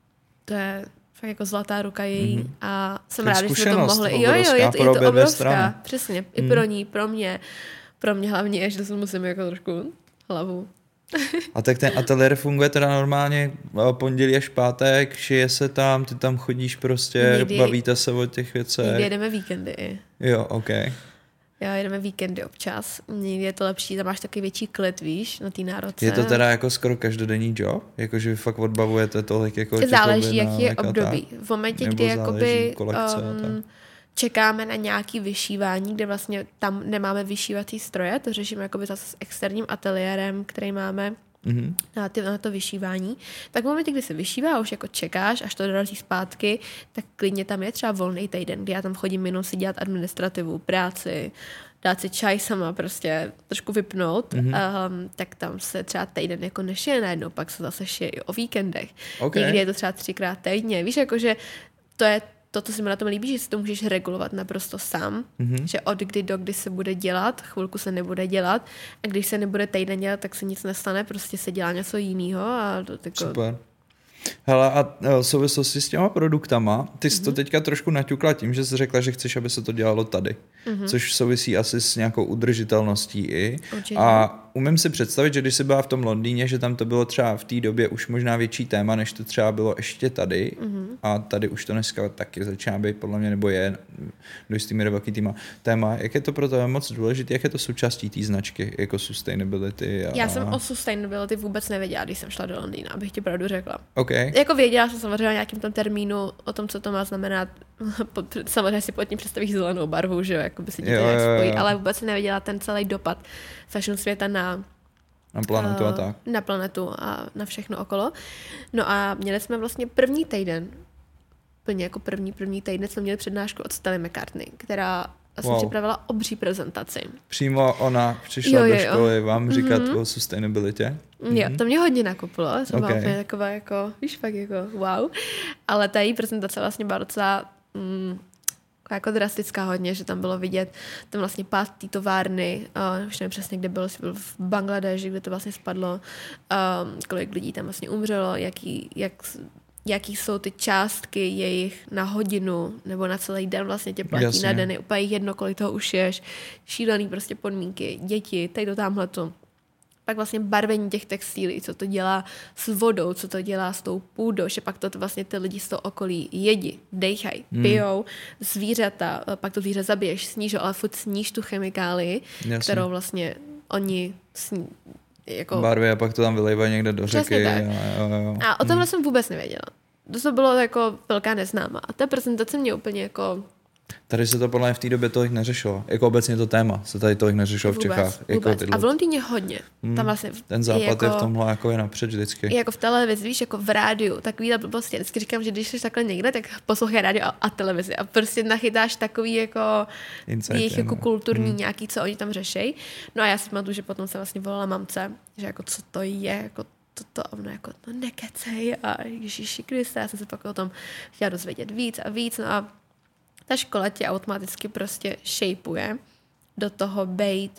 to je fakt jako zlatá ruka její mm. a jsem ráda, že jsme to mohli. Jo, jo, je to, je to obrovská. Strany. Přesně. I mm. pro ní, pro mě. Pro mě hlavně, že to musím jako trošku hlavu. A tak ten ateliér funguje teda normálně pondělí až pátek, šije se tam, ty tam chodíš prostě, někdy, bavíte se o těch věcech. Někdy jedeme víkendy. Jo, ok. Jo, jedeme víkendy občas. Někdy je to lepší, tam máš taky větší klid, víš, na té národce. Je to teda jako skoro každodenní job? Jakože vy fakt odbavujete tolik jako... Záleží, jaký je období. V momentě, nebo kdy jakoby um, čekáme na nějaký vyšívání, kde vlastně tam nemáme vyšívací stroje, to řešíme jakoby zase s externím ateliérem, který máme mm-hmm. na, ty, na to vyšívání. Tak v momentě, kdy se vyšívá, už jako čekáš, až to dorazí zpátky, tak klidně tam je třeba volný týden, kdy já tam chodím jenom si dělat administrativu, práci, dát si čaj sama, prostě trošku vypnout, mm-hmm. um, tak tam se třeba týden jako nešije najednou, pak se zase šije i o víkendech. Okay. Někdy je to třeba třikrát týdně. Víš, jakože to je to, co se mi na tom líbí, že si to můžeš regulovat naprosto sám, mm-hmm. že od kdy do kdy se bude dělat, chvilku se nebude dělat a když se nebude týden dělat, tak se nic nestane, prostě se dělá něco jiného a to jako... Super. Hele, a v souvislosti s těma produktama, ty jsi mm-hmm. to teďka trošku naťukla tím, že jsi řekla, že chceš, aby se to dělalo tady. Mm-hmm. Což souvisí asi s nějakou udržitelností i. Určitě. A umím si představit, že když jsi byla v tom Londýně, že tam to bylo třeba v té době už možná větší téma, než to třeba bylo ještě tady. Mm-hmm. A tady už to dneska taky začíná být podle mě, nebo je do jistý míry velký týma, téma. Jak je to pro tebe moc důležité, jak je to součástí té značky, jako sustainability? A... Já jsem o sustainability vůbec nevěděla, když jsem šla do Londýna, abych ti pravdu řekla. Okay. Jako věděla jsem samozřejmě o nějakým tom termínu, o tom, co to má znamenat. Samozřejmě si pod tím představíš zelenou barvu, že jako by se ti to nějak spojí, ale vůbec jsem nevěděla ten celý dopad fashion světa na na planetu uh, a tak. Na planetu a na všechno okolo. No a měli jsme vlastně první týden, plně jako první, první týden jsme měli přednášku od Stelly McCartney, která vlastně wow. připravila obří prezentaci. Přímo ona přišla jo, jo, do školy jo. vám říkat mm-hmm. o sustainabilitě? Mm-hmm. Jo, to mě hodně nakoplo. Jsem okay. byla taková jako, víš, fakt jako wow. Ale ta její prezentace vlastně byla docela mm, jako drastická hodně, že tam bylo vidět tam vlastně pád té továrny, uh, už nevím přesně, kde bylo, byl v Bangladeži, kde to vlastně spadlo, um, kolik lidí tam vlastně umřelo, jaký, jak, jaký jsou ty částky jejich na hodinu nebo na celý den vlastně tě platí Jasně. na den, úplně jedno, kolik toho ušiješ, šílený prostě podmínky, děti, tady do tamhleto. Pak vlastně barvení těch textilí, co to dělá s vodou, co to dělá s tou půdou, že pak to vlastně ty lidi z toho okolí jedí, dejchají, hmm. pijou, zvířata, pak to zvíře zabiješ, snížou, ale furt sníž tu chemikálii, Jasně. kterou vlastně oni sní, jako... barvy a pak to tam vylejvají někde do řeky. Tak. Jo, jo, jo. A o tomhle hmm. jsem vůbec nevěděla. To bylo jako velká neznámá. A ta prezentace mě úplně jako... Tady se to podle mě v té době tolik neřešilo. Jako obecně to téma se tady tolik neřešilo vůbec, v Čechách. Vůbec. Jako tyhle... A v Londýně hodně. Hmm. Tam vlastně ten západ je, jako, je v tomhle jako je napřed vždycky. Jako v televizi, víš, jako v rádiu. Takovýhle blbosti. Vždycky říkám, že když jsi takhle někde, tak poslouchej rádio a, a televizi. A prostě nachytáš takový jako Insight, jejich jako kulturní hmm. nějaký, co oni tam řešejí. No a já si pamatuju, že potom jsem vlastně volala mamce, že jako co to je, jako toto a ono jako, no nekecej a Ježíši Kriste, já jsem se pak o tom chtěla dozvědět víc a víc, no a ta škola tě automaticky prostě shapeuje do toho bejt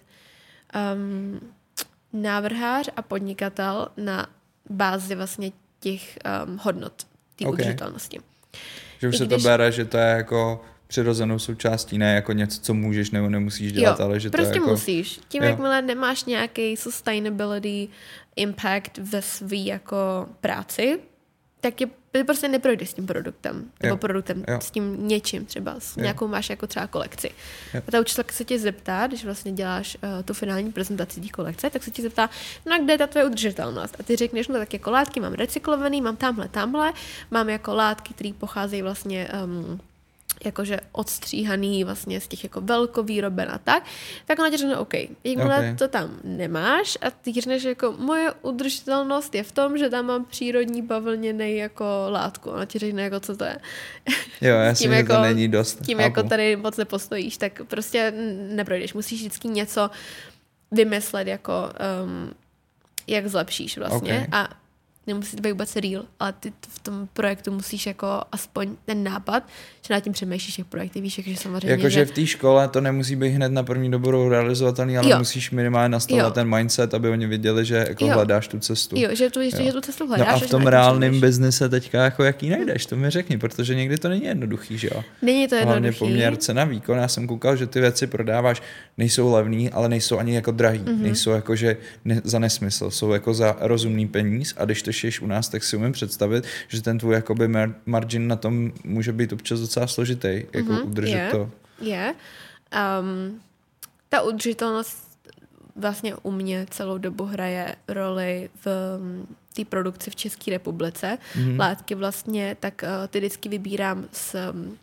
um, návrhář a podnikatel na bázi vlastně těch um, hodnot, té okay. udržitelnosti. Že už I se když... to bere, že to je jako přirozenou součástí, ne jako něco, co můžeš nebo nemusíš dělat, jo, ale že prostě to je jako... musíš. Tím, jo. jakmile nemáš nějaký sustainability impact ve svý jako práci, tak je, ty prostě neprojdeš s tím produktem, nebo jo. produktem, jo. s tím něčím třeba, s jo. nějakou máš jako třeba kolekci. Jo. A ta učitelka se tě zeptá, když vlastně děláš uh, tu finální prezentaci té kolekce, tak se tě zeptá, no a kde je ta tvoje udržitelnost? A ty řekneš, no tak jako látky mám recyklovaný, mám tamhle, tamhle, mám jako látky, které pocházejí vlastně um, jakože odstříhaný vlastně z těch jako velkovýroben a tak, tak ona ti řekne OK. Jakmile okay. to tam nemáš a ty řekneš jako moje udržitelnost je v tom, že tam mám přírodní bavlněnej jako látku. Ona ti řekne jako co to je. Jo, já si jako, to není dost. Tím chápu. Jako tady moc nepostojíš, tak prostě neprojdeš. Musíš vždycky něco vymyslet jako um, jak zlepšíš vlastně okay. a nemusí to být vůbec real, ale ty v tom projektu musíš jako aspoň ten nápad, že nad tím přemýšlíš těch projekty, víš, že samozřejmě, Jakože že... v té škole to nemusí být hned na první dobrou realizovatelný, ale jo. musíš minimálně nastavovat ten mindset, aby oni viděli, že jako jo. hledáš tu cestu. Jo, že tu, jo. Že tu cestu hledáš. No a v tom reálném biznise teďka jako jaký najdeš, to mi řekni, protože někdy to není jednoduchý, že jo? Není to jednoduchý. Hlavně poměr cena výkon, já jsem koukal, že ty věci prodáváš, nejsou levný, ale nejsou ani jako drahý, mm-hmm. nejsou jako, že ne, za nesmysl, jsou jako za rozumný peníz a když to šiješ u nás, tak si umím představit, že ten tvůj jakoby margin na tom může být občas docela složitý, jako mm-hmm, udržet je, to. Je. Um, ta udržitelnost vlastně u mě celou dobu hraje roli v té produkci v České republice. Mm-hmm. Látky vlastně, tak uh, ty vždycky vybírám z um,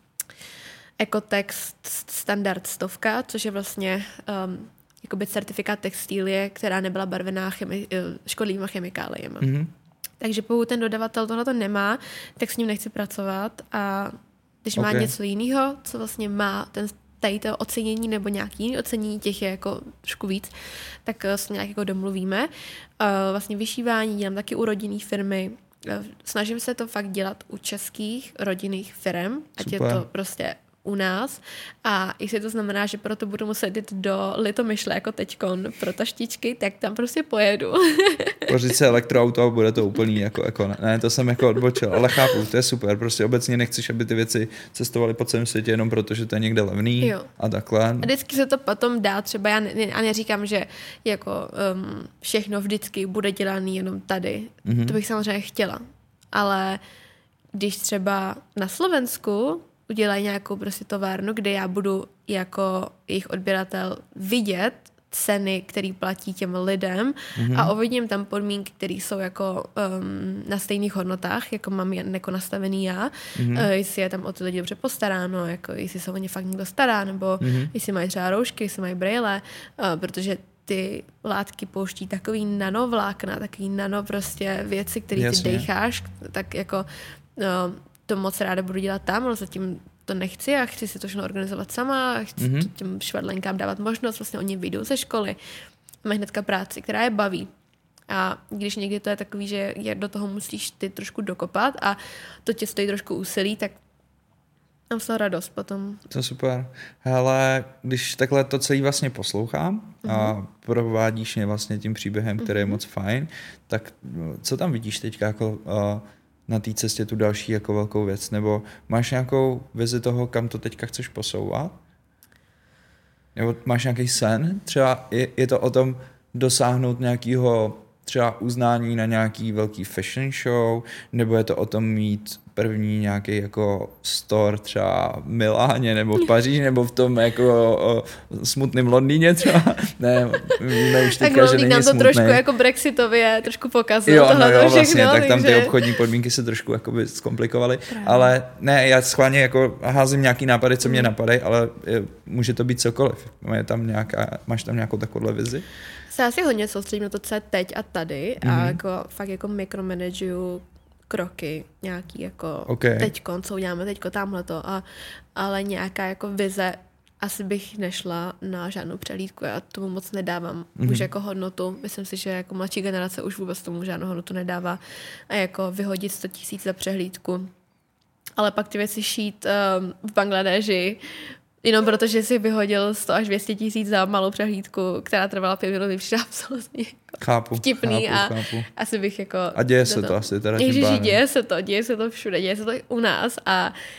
Ecotex standard stovka, což je vlastně um, jakoby certifikát textilie, která nebyla barvená chemi- škodlivýma chemikáliemi. Mm-hmm. Takže pokud ten dodavatel tohle nemá, tak s ním nechci pracovat a když okay. má něco jiného, co vlastně má ten tady to ocenění nebo nějaký jiný ocenění, těch je jako trošku víc, tak se nějak jako domluvíme. Vlastně vyšívání dělám taky u rodinné firmy. Snažím se to fakt dělat u českých rodinných firm, ať je to prostě u nás a jestli to znamená, že proto budu muset jít do Litomyšle jako teďkon pro taštičky, tak tam prostě pojedu. Pořiď se elektroauto a bude to úplný jako, jako ne, to jsem jako odbočil, ale chápu, to je super, prostě obecně nechceš, aby ty věci cestovaly po celém světě jenom proto, že to je někde levný jo. a takhle. A vždycky se to potom dá, třeba já ne, a neříkám, že jako um, všechno vždycky bude dělaný jenom tady, mm-hmm. to bych samozřejmě chtěla, ale když třeba na Slovensku udělají nějakou prostě továrnu, kde já budu jako jejich odběratel vidět ceny, které platí těm lidem mm-hmm. a uvidím tam podmínky, které jsou jako um, na stejných hodnotách, jako mám jako nastavený já, mm-hmm. uh, jestli je tam o ty lidi dobře postaráno, jako jestli se o ně fakt někdo stará, nebo mm-hmm. jestli mají třeba roušky, jestli mají brejle, uh, protože ty látky pouští takový nanovlákna, takový nano prostě věci, které ty dejcháš, tak jako uh, to moc ráda budu dělat tam, ale zatím to nechci a chci si to všechno organizovat sama a chci mm-hmm. těm švadlenkám dávat možnost, vlastně oni vyjdou ze školy, mají hnedka práci, která je baví. A když někdy to je takový, že do toho musíš ty trošku dokopat a to tě stojí trošku úsilí, tak mám z toho radost potom. To je super. Hele, když takhle to celý vlastně poslouchám mm-hmm. a provádíš mě vlastně tím příběhem, který mm-hmm. je moc fajn, tak co tam vidíš teďka jako uh, na té cestě tu další jako velkou věc? Nebo máš nějakou vizi toho, kam to teďka chceš posouvat? Nebo máš nějaký sen? Třeba je, je to o tom dosáhnout nějakého třeba uznání na nějaký velký fashion show, nebo je to o tom mít první nějaký jako store třeba v Miláně, nebo v Paříži, nebo v tom jako o, smutném Londýně třeba. Ne, víme už teďka, že není nám to smutnej. trošku jako brexitově trošku pokazil. Jo, no jo, všechno, vlastně, tak tam takže... ty obchodní podmínky se trošku jakoby zkomplikovaly, ale ne, já schválně jako házím nějaký nápady, co mě mm. napadají, ale je, může to být cokoliv. Je tam nějaká, máš tam nějakou takovou vizi? Se asi hodně soustředím na to, co je teď a tady mm-hmm. a jako fakt jako mikromanaguju kroky nějaký jako okay. teďko, co uděláme teďko, tamhleto, a, ale nějaká jako vize, asi bych nešla na žádnou přehlídku, já tomu moc nedávám mm-hmm. už jako hodnotu, myslím si, že jako mladší generace už vůbec tomu žádnou hodnotu nedává a jako vyhodit sto tisíc za přehlídku, ale pak ty věci šít um, v Bangladeži, jenom protože si vyhodil sto až dvě stě tisíc za malou přehlídku, která trvala pět minut, přišla absolutně chápu, vtipný chápu, a chápu. asi bych jako... A děje se to, to asi teda tím Ježiši, děje se to, děje se to všude, děje se to i u nás a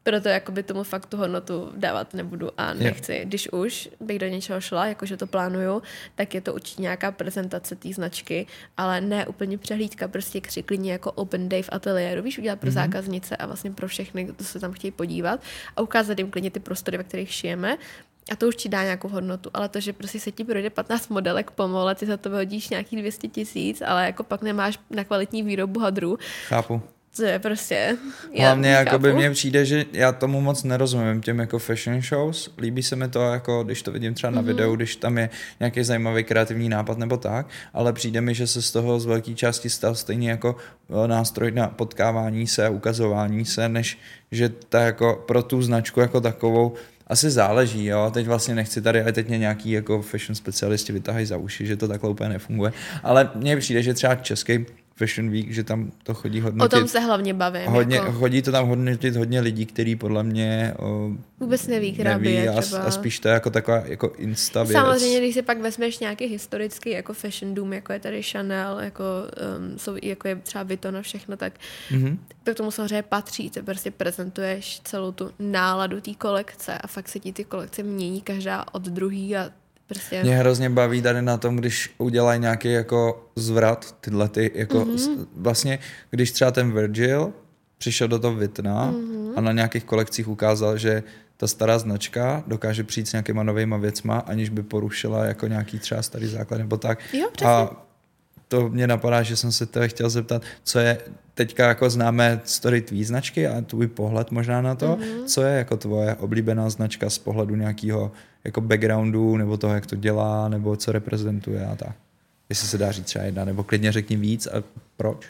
proto jakoby tomu fakt tu hodnotu dávat nebudu a nechci. Yeah. Když už bych do něčeho šla, jakože to plánuju, tak je to určitě nějaká prezentace té značky, ale ne úplně přehlídka, prostě klidně jako open day v ateliéru, víš, udělat pro mm-hmm. zákaznice a vlastně pro všechny, kdo se tam chtějí podívat a ukázat jim klidně ty prostory, ve kterých šijeme. A to už ti dá nějakou hodnotu, ale to, že prostě se ti projde patnáct modelek pomole, ty za to vyhodíš nějakých dvě stě tisíc, ale jako pak nemáš na kvalitní výrobu hadrů. Chápu. To je prostě... Hlavně jako by mně přijde, že já tomu moc nerozumím, těm jako fashion shows. Líbí se mi to, jako když to vidím třeba na mm-hmm. videu, když tam je nějaký zajímavý kreativní nápad nebo tak, ale přijde mi, že se z toho z velké části stal stejně jako nástroj na potkávání se, ukazování se, než že ta jako pro tu značku jako takovou asi záleží, jo, teď vlastně nechci tady, ale teď mě nějaký jako fashion specialisti vytahají za uši, že to takhle úplně nefunguje, ale mně přijde, že třeba český Fashion Week, že tam to chodí hodnotit. O tom se hlavně bavím. Hodně, jako... Chodí to tam hodnotit hodně lidí, kteří podle mě o, vůbec neví, která neví je a, třeba. A spíš to je jako taková jako insta věc. Samozřejmě, když si pak vezmeš nějaký historický jako fashion dům, jako je tady Chanel, jako, um, jsou, jako je třeba Vuitton a všechno, tak mm-hmm. to k tomu samozřejmě patří. Ty prostě prezentuješ celou tu náladu té kolekce a fakt se ti ty kolekce mění každá od druhý a prostě... Mě hrozně baví tady na tom, když udělají nějaký jako zvrat, tyhle ty jako mm-hmm. vlastně, když třeba ten Virgil přišel do toho Vuittona mm-hmm. a na nějakých kolekcích ukázal, že ta stará značka dokáže přijít s nějakýma novýma věcma, aniž by porušila jako nějaký třeba starý základ nebo tak. Jo, a to mě napadá, že jsem se tebe chtěl zeptat, co je, teďka jako známe story tvý značky a tvůj pohled možná na to, mm-hmm. co je jako tvoje oblíbená značka z pohledu nějakého jako backgroundu, nebo toho, jak to dělá, nebo co reprezentuje a tak. Jestli se dá říct třeba jedna, nebo klidně řekni víc a proč?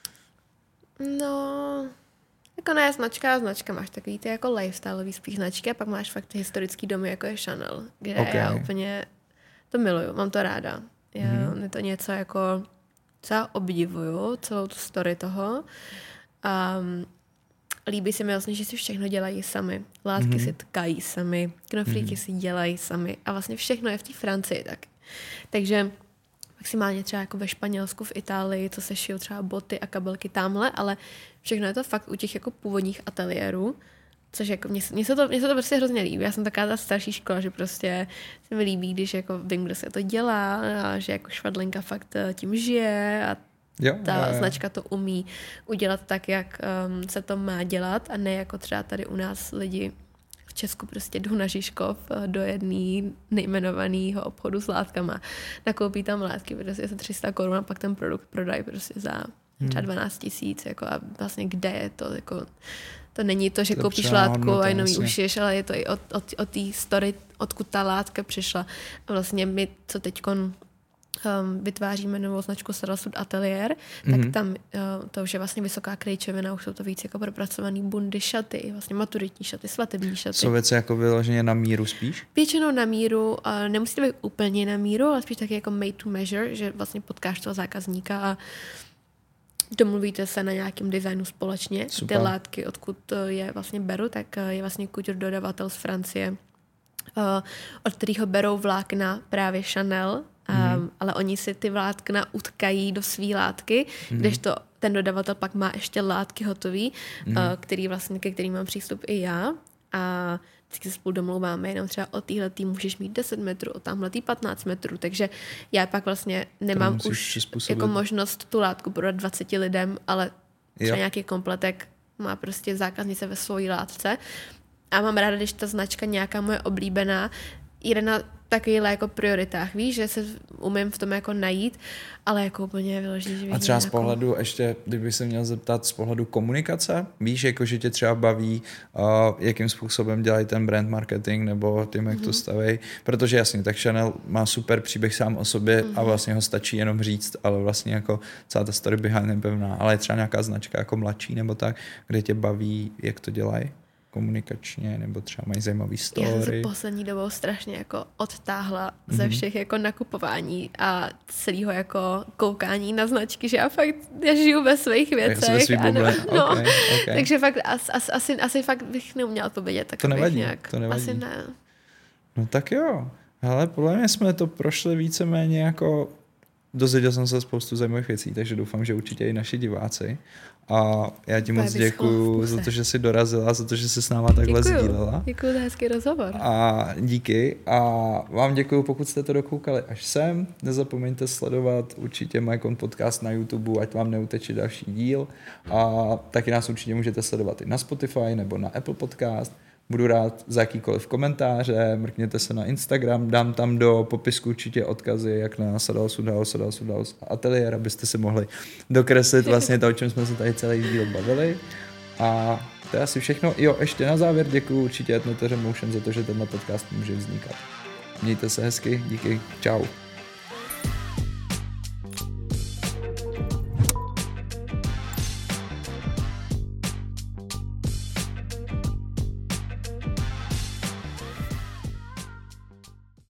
No, jako ne značka a značka, máš takový ty jako lifestyleový spíš značky a pak máš fakt ty historický domy, jako je Chanel, kde okay. já úplně to miluju, mám to ráda. Já, mm-hmm. Je to něco jako, co já obdivuju, celou tu story toho. Um, líbí se mi vlastně, že si všechno dělají sami. Látky mm-hmm. si tkají sami, knoflíky mm-hmm. si dělají sami a vlastně všechno je v té Francii tak. Takže maximálně třeba jako ve Španělsku, v Itálii, co se šijou třeba boty a kabelky tamhle, ale všechno je to fakt u těch jako původních ateliérů, což jako mně, mně, se to, mně se to prostě hrozně líbí. Já jsem taková ta starší škola, že prostě se mi líbí, když jako vím, kdo se to dělá a že jako švadlenka fakt tím žije a jo, ta jo, jo. značka to umí udělat tak, jak um, se to má dělat a ne jako třeba tady u nás lidi v Česku prostě jdou na Žižkov do jedný nejmenovaného obchodu s látkama. Nakoupí tam látky prostě za tři sta korun a pak ten produkt prodají prostě za třeba dvanáct tisíc jako a vlastně kde je to jako to není to, že to koupíš látku a jenom ji ušiješ, ale je to i od, od, od té story, odkud ta látka přišla. A vlastně my, co teďkon um, vytváříme novou značku Sarasud Atelier, mm-hmm. tak tam uh, to už je vlastně vysoká krejčovina, už jsou to víc jako propracovaný bundy, šaty, vlastně maturitní šaty, svatební šaty. Jsou věci jako vyloženě na míru spíš? Většinou na míru, uh, nemusí to být úplně na míru, ale spíš taky jako made to measure, že vlastně potkáš toho zákazníka a domluvíte se na nějakém designu společně. Super. Ty látky, odkud je vlastně beru, tak je vlastně couture dodavatel z Francie, od kterého berou vlákna právě Chanel, mm. ale oni si ty vlákna utkají do svý látky, mm. kdežto ten dodavatel pak má ještě látky hotový, mm. který vlastně, ke kterým mám přístup i já a vždycky se spolu domlouváme, jenom třeba o téhletý můžeš mít deset metrů, o tamhletý patnáct metrů, takže já pak vlastně nemám už jako možnost tu látku prodat dvaceti lidem, ale třeba jo. nějaký kompletek má prostě zákaznice ve svojí látce a mám ráda, když ta značka nějaká moje oblíbená jde na takovýhle jako prioritách, víš, že se umím v tom jako najít, ale jako úplně vyložit, že a třeba z jako... pohledu, ještě, kdybych se měl zeptat, z pohledu komunikace, víš, jako, že tě třeba baví, uh, jakým způsobem dělají ten brand marketing, nebo tím, jak mm-hmm. to staví, protože jasně, tak Chanel má super příběh sám o sobě mm-hmm. a vlastně ho stačí jenom říct, ale vlastně jako celá ta story behind je pevná, ale je třeba nějaká značka jako mladší, nebo tak, kde tě baví, jak to dělají komunikačně, nebo třeba mají zajímavý story. Já jsem se poslední dobou strašně jako odtáhla mm-hmm. ze všech jako nakupování a celého jako koukání na značky, že já fakt já žiju ve svých věcech. Ve svý buble. No, okay, okay. Takže fakt as, as, asi, asi fakt bych neuměla to vidět. Tak to nevadí, nějak, to nevadí. Asi ne. No tak jo. Hele, podle mě jsme to prošli víceméně jako dozvěděl jsem se spoustu zajímavých věcí, takže doufám, že určitě i naši diváci. A já ti moc děkuju za to, že jsi dorazila, za to, že jsi s náma takhle děkuju. sdílela. Děkuju za hezký rozhovor. A díky. A vám děkuju, pokud jste to dokoukali až sem. Nezapomeňte sledovat určitě Majkon podcast na YouTube, ať vám neuteče další díl. A taky nás určitě můžete sledovat i na Spotify nebo na Apple Podcast. Budu rád za jakýkoliv komentáře, mrkněte se na Instagram, dám tam do popisku určitě odkazy, jak na Sadal Sudal, Sadal Sudal ateliér, abyste si mohli dokreslit vlastně to, o čem jsme se tady celý díl bavili. A to je asi všechno. Jo, ještě na závěr děkuju určitě Etnoteře Motion za to, že tenhle podcast může vznikat. Mějte se hezky, díky, čau.